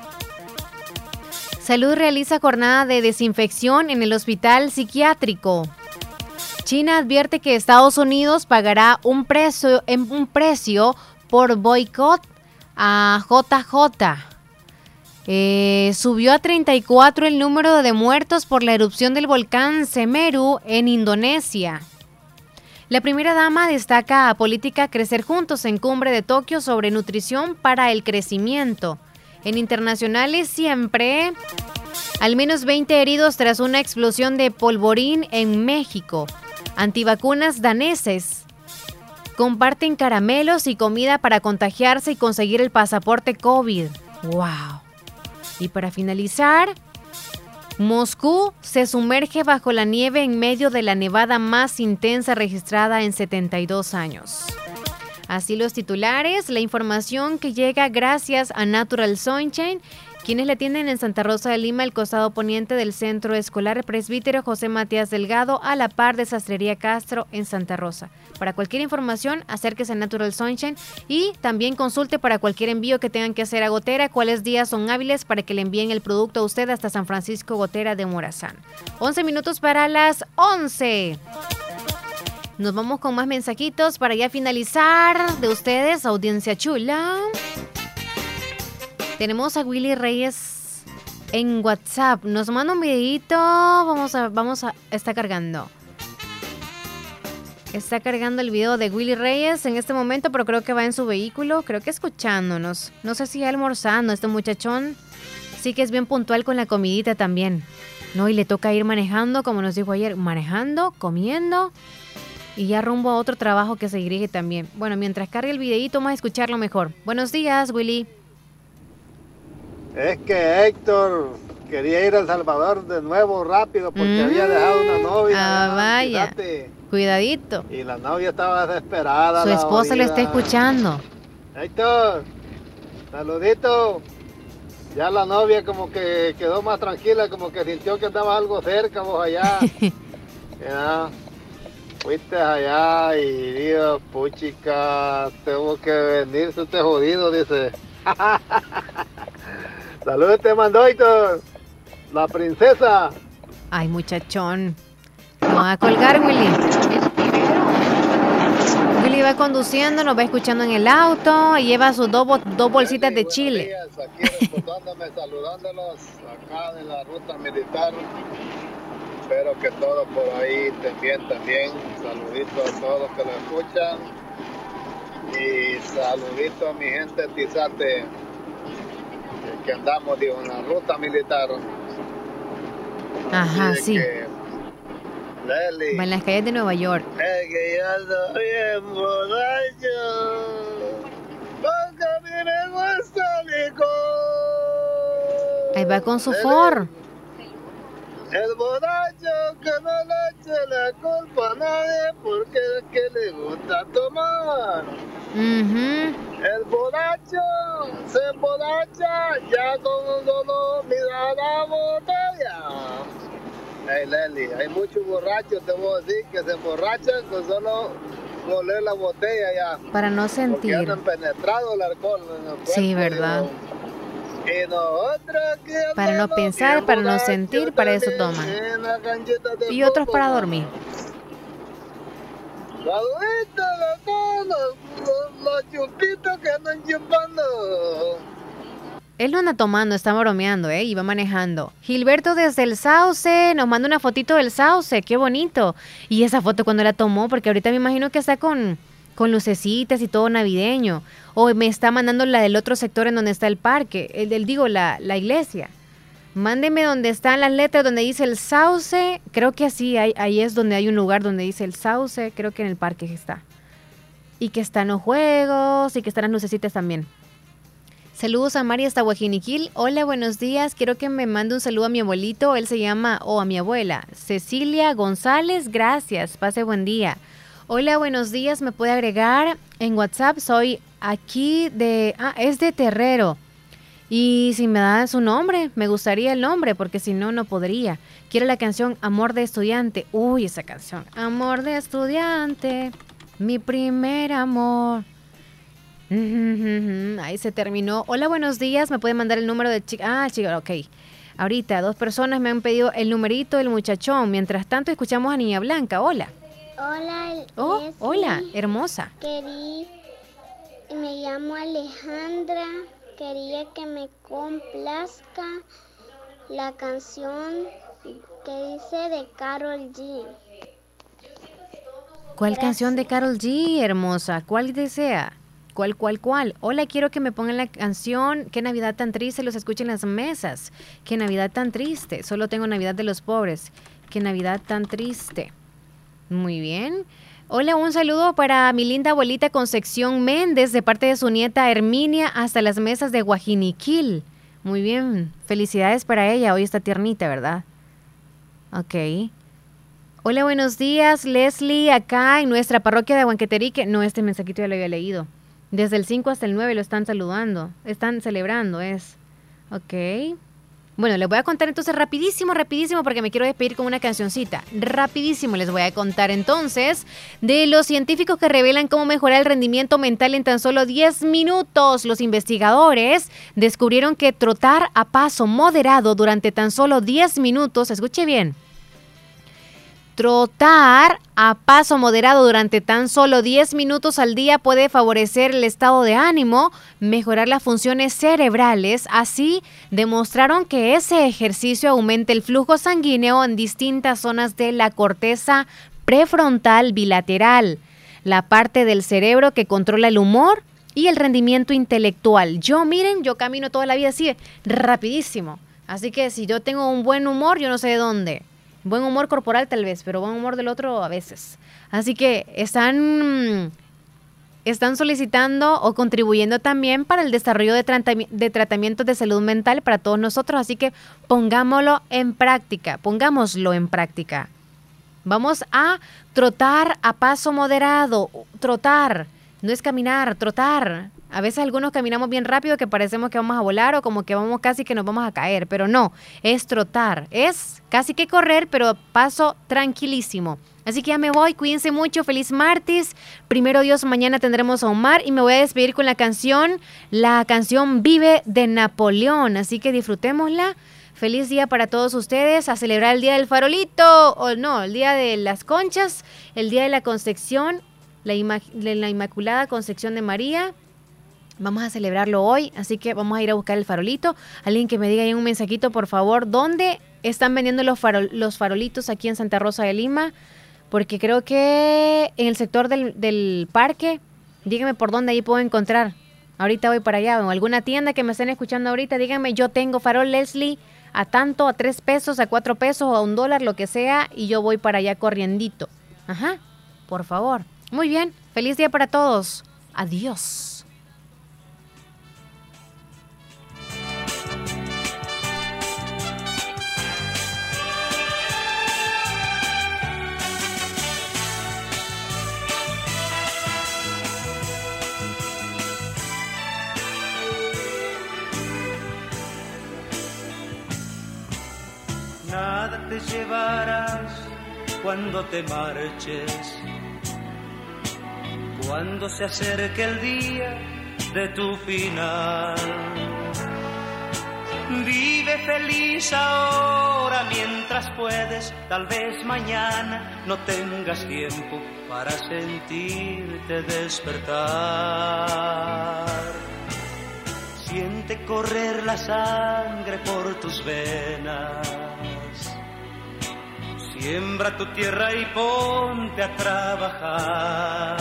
Salud realiza jornada de desinfección en el hospital psiquiátrico. China advierte que Estados Unidos pagará un precio por boicot a JJ. Subió a 34 el número de muertos por la erupción del volcán Semeru en Indonesia. La primera dama destaca a política Crecer Juntos en cumbre de Tokio sobre nutrición para el crecimiento. En internacionales siempre, al menos 20 heridos tras una explosión de polvorín en México. Antivacunas daneses comparten caramelos y comida para contagiarse y conseguir el pasaporte COVID. ¡Wow! Y para finalizar, Moscú se sumerge bajo la nieve en medio de la nevada más intensa registrada en 72 años. Así los titulares, la información que llega gracias a Natural Sunshine, quienes la atienden en Santa Rosa de Lima, el costado poniente del Centro Escolar Presbítero José Matías Delgado, a la par de Sastrería Castro en Santa Rosa. Para cualquier información, acérquese a Natural Sunshine y también consulte para cualquier envío que tengan que hacer a Gotera, cuáles días son hábiles para que le envíen el producto a usted hasta San Francisco Gotera de Morazán. 11 minutos para las 11. Nos vamos con más mensajitos para ya finalizar de ustedes, audiencia chula. Tenemos a Willy Reyes en WhatsApp. Nos manda un videito. Vamos a está cargando. Está cargando el video de Willy Reyes en este momento, pero creo que va en su vehículo, creo que escuchándonos. No sé si almorzando, este muchachón sí que es bien puntual con la comidita también. No, y le toca ir manejando, como nos dijo ayer, manejando, comiendo y ya rumbo a otro trabajo que se dirige también. Bueno, mientras cargue el videito, vamos a escucharlo mejor. Buenos días, Willy. Es que Héctor quería ir a El Salvador de nuevo rápido porque había dejado una novia. Ah, vaya. Fíjate. Cuidadito. Y la novia estaba desesperada. Su esposa le está escuchando. Héctor, saludito. Ya la novia como que quedó más tranquila, como que sintió que andaba algo cerca vos allá. Ya, fuiste allá y dijo, puchica, tengo que venir, se te jodido, dice. Saludos te mandó, Héctor. La princesa. Ay, muchachón. No va a colgar, Willy. Willy va conduciendo, nos va escuchando en el auto y lleva sus dos bolsitas de chile. Días, aquí reportándome, saludándolos acá de la ruta militar. Espero que todos por ahí estén bien también. Saludito a todos los que lo escuchan. Y saludito a mi gente de Tizate, que andamos en una ruta militar. Ajá, sí. Leli. Va en las calles de Nueva York. Es que yo ando bien borracho, porque a mí me gusta el licor. Ahí va con su Ford. El borracho que no le eche la culpa a nadie porque es que le gusta tomar. El borracho se emborracha ya con un solo mirar la botella. Hey Leli, hay muchos borrachos, te voy a decir, que se emborrachan con solo oler la botella ya. Para no sentir. Porque han penetrado el alcohol en el cuerpo. Sí, ¿verdad? Y nosotros que para no pensar, para no sentir, para eso toman. Y otros para dormir. Los chupitos que andan chupando. Él no anda tomando, está bromeando, y va manejando. Gilberto desde el Sauce, nos manda una fotito del Sauce, qué bonito. Y esa foto cuando la tomó, porque ahorita me imagino que está con lucecitas y todo navideño. O me está mandando la del otro sector en donde está el parque, la iglesia. Mándeme donde están las letras, donde dice el Sauce. Creo que así, ahí es donde hay un lugar donde dice el Sauce, creo que en el parque está. Y que están los juegos y que están las lucecitas también. Saludos a María hasta Guajiniquil. Hola, buenos días. Quiero que me mande un saludo a mi abuelito. Él se llama, a mi abuela, Cecilia González. Gracias. Pase buen día. Hola, buenos días. ¿Me puede agregar en WhatsApp? Soy aquí es de Terrero. Y si me da su nombre, me gustaría el nombre, porque si no, no podría. Quiero la canción Amor de Estudiante. Uy, esa canción. Amor de Estudiante, mi primer amor. Ahí se terminó. Hola, buenos días. ¿Me puede mandar el número de chica? Chica, ok. Ahorita 2 personas me han pedido el numerito del muchachón. Mientras tanto, escuchamos a Niña Blanca. Hola. Hola. Hola, hermosa. Me llamo Alejandra. Quería que me complazca la canción que dice de Karol G. ¿Cuál canción de Karol G, hermosa? ¿Cuál desea? ¿Cuál? Hola, quiero que me pongan la canción Qué Navidad tan triste, los escucho en las mesas. Qué Navidad tan triste, solo tengo Navidad de los pobres. Qué Navidad tan triste. Muy bien. Hola, un saludo para mi linda abuelita Concepción Méndez de parte de su nieta Herminia hasta las mesas de Guajiniquil. Muy bien, felicidades para ella, hoy está tiernita, ¿verdad? Ok. Hola, buenos días, Leslie, acá en nuestra parroquia de Huanqueterique. No, este mensajito ya lo había leído. Desde el 5 hasta el 9 lo están saludando, están celebrando, Ok. Bueno, les voy a contar entonces rapidísimo, porque me quiero despedir con una cancioncita. Rapidísimo les voy a contar entonces de los científicos que revelan cómo mejorar el rendimiento mental en tan solo 10 minutos. Los investigadores descubrieron que trotar a paso moderado durante tan solo 10 minutos, escuche bien, trotar a paso moderado durante tan solo 10 minutos al día puede favorecer el estado de ánimo, mejorar las funciones cerebrales. Así, demostraron que ese ejercicio aumenta el flujo sanguíneo en distintas zonas de la corteza prefrontal bilateral, la parte del cerebro que controla el humor y el rendimiento intelectual. Yo camino toda la vida así, rapidísimo. Así que si yo tengo un buen humor, yo no sé de dónde. Buen humor corporal tal vez, pero buen humor del otro a veces. Así que están solicitando o contribuyendo también para el desarrollo de tratamientos de salud mental para todos nosotros. Así que pongámoslo en práctica. Vamos a trotar a paso moderado. Trotar, no es caminar, trotar. A veces algunos caminamos bien rápido que parecemos que vamos a volar o como que vamos casi que nos vamos a caer, pero no, es trotar, es casi que correr, pero paso tranquilísimo. Así que ya me voy, cuídense mucho, feliz martes, primero Dios, mañana tendremos a Omar y me voy a despedir con la canción Vive de Napoleón, así que disfrutémosla. Feliz día para todos ustedes, a celebrar el día del farolito, o no, el día de las conchas, el día de la Concepción, la Inmaculada Concepción de María. Vamos a celebrarlo hoy, así que vamos a ir a buscar el farolito. Alguien que me diga ahí en un mensajito, por favor, ¿dónde están vendiendo los farolitos aquí en Santa Rosa de Lima? Porque creo que en el sector del parque, díganme por dónde ahí puedo encontrar. Ahorita voy para allá, o alguna tienda que me estén escuchando ahorita, díganme, yo tengo farol, Leslie, a tanto, a 3 pesos, a 4 pesos, o a $1, lo que sea, y yo voy para allá corriendito. Ajá, por favor. Muy bien, feliz día para todos. Adiós. Nada te llevarás cuando te marches, cuando se acerque el día de tu final. Vive feliz ahora mientras puedes, tal vez mañana no tengas tiempo para sentirte despertar. Siente correr la sangre por tus venas. Siembra tu tierra y ponte a trabajar.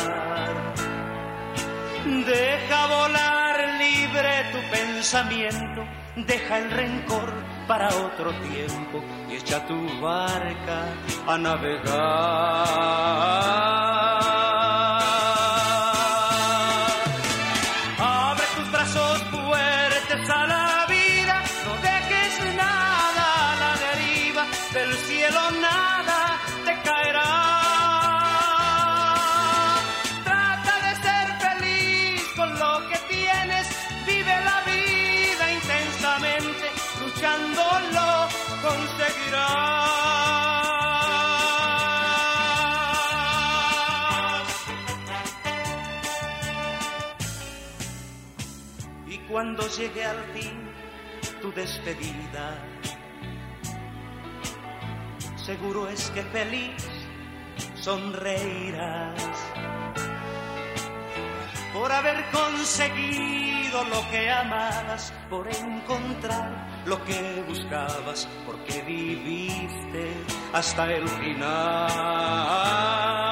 Deja volar libre tu pensamiento. Deja el rencor para otro tiempo y echa tu barca a navegar. A la vida, no dejes nada a la deriva, del cielo nada te caerá. Trata de ser feliz con lo que tienes, vive la vida intensamente, luchando lo conseguirás. Y cuando llegue al fin tu despedida, seguro es que feliz sonreirás por haber conseguido lo que amabas, por encontrar lo que buscabas, porque viviste hasta el final.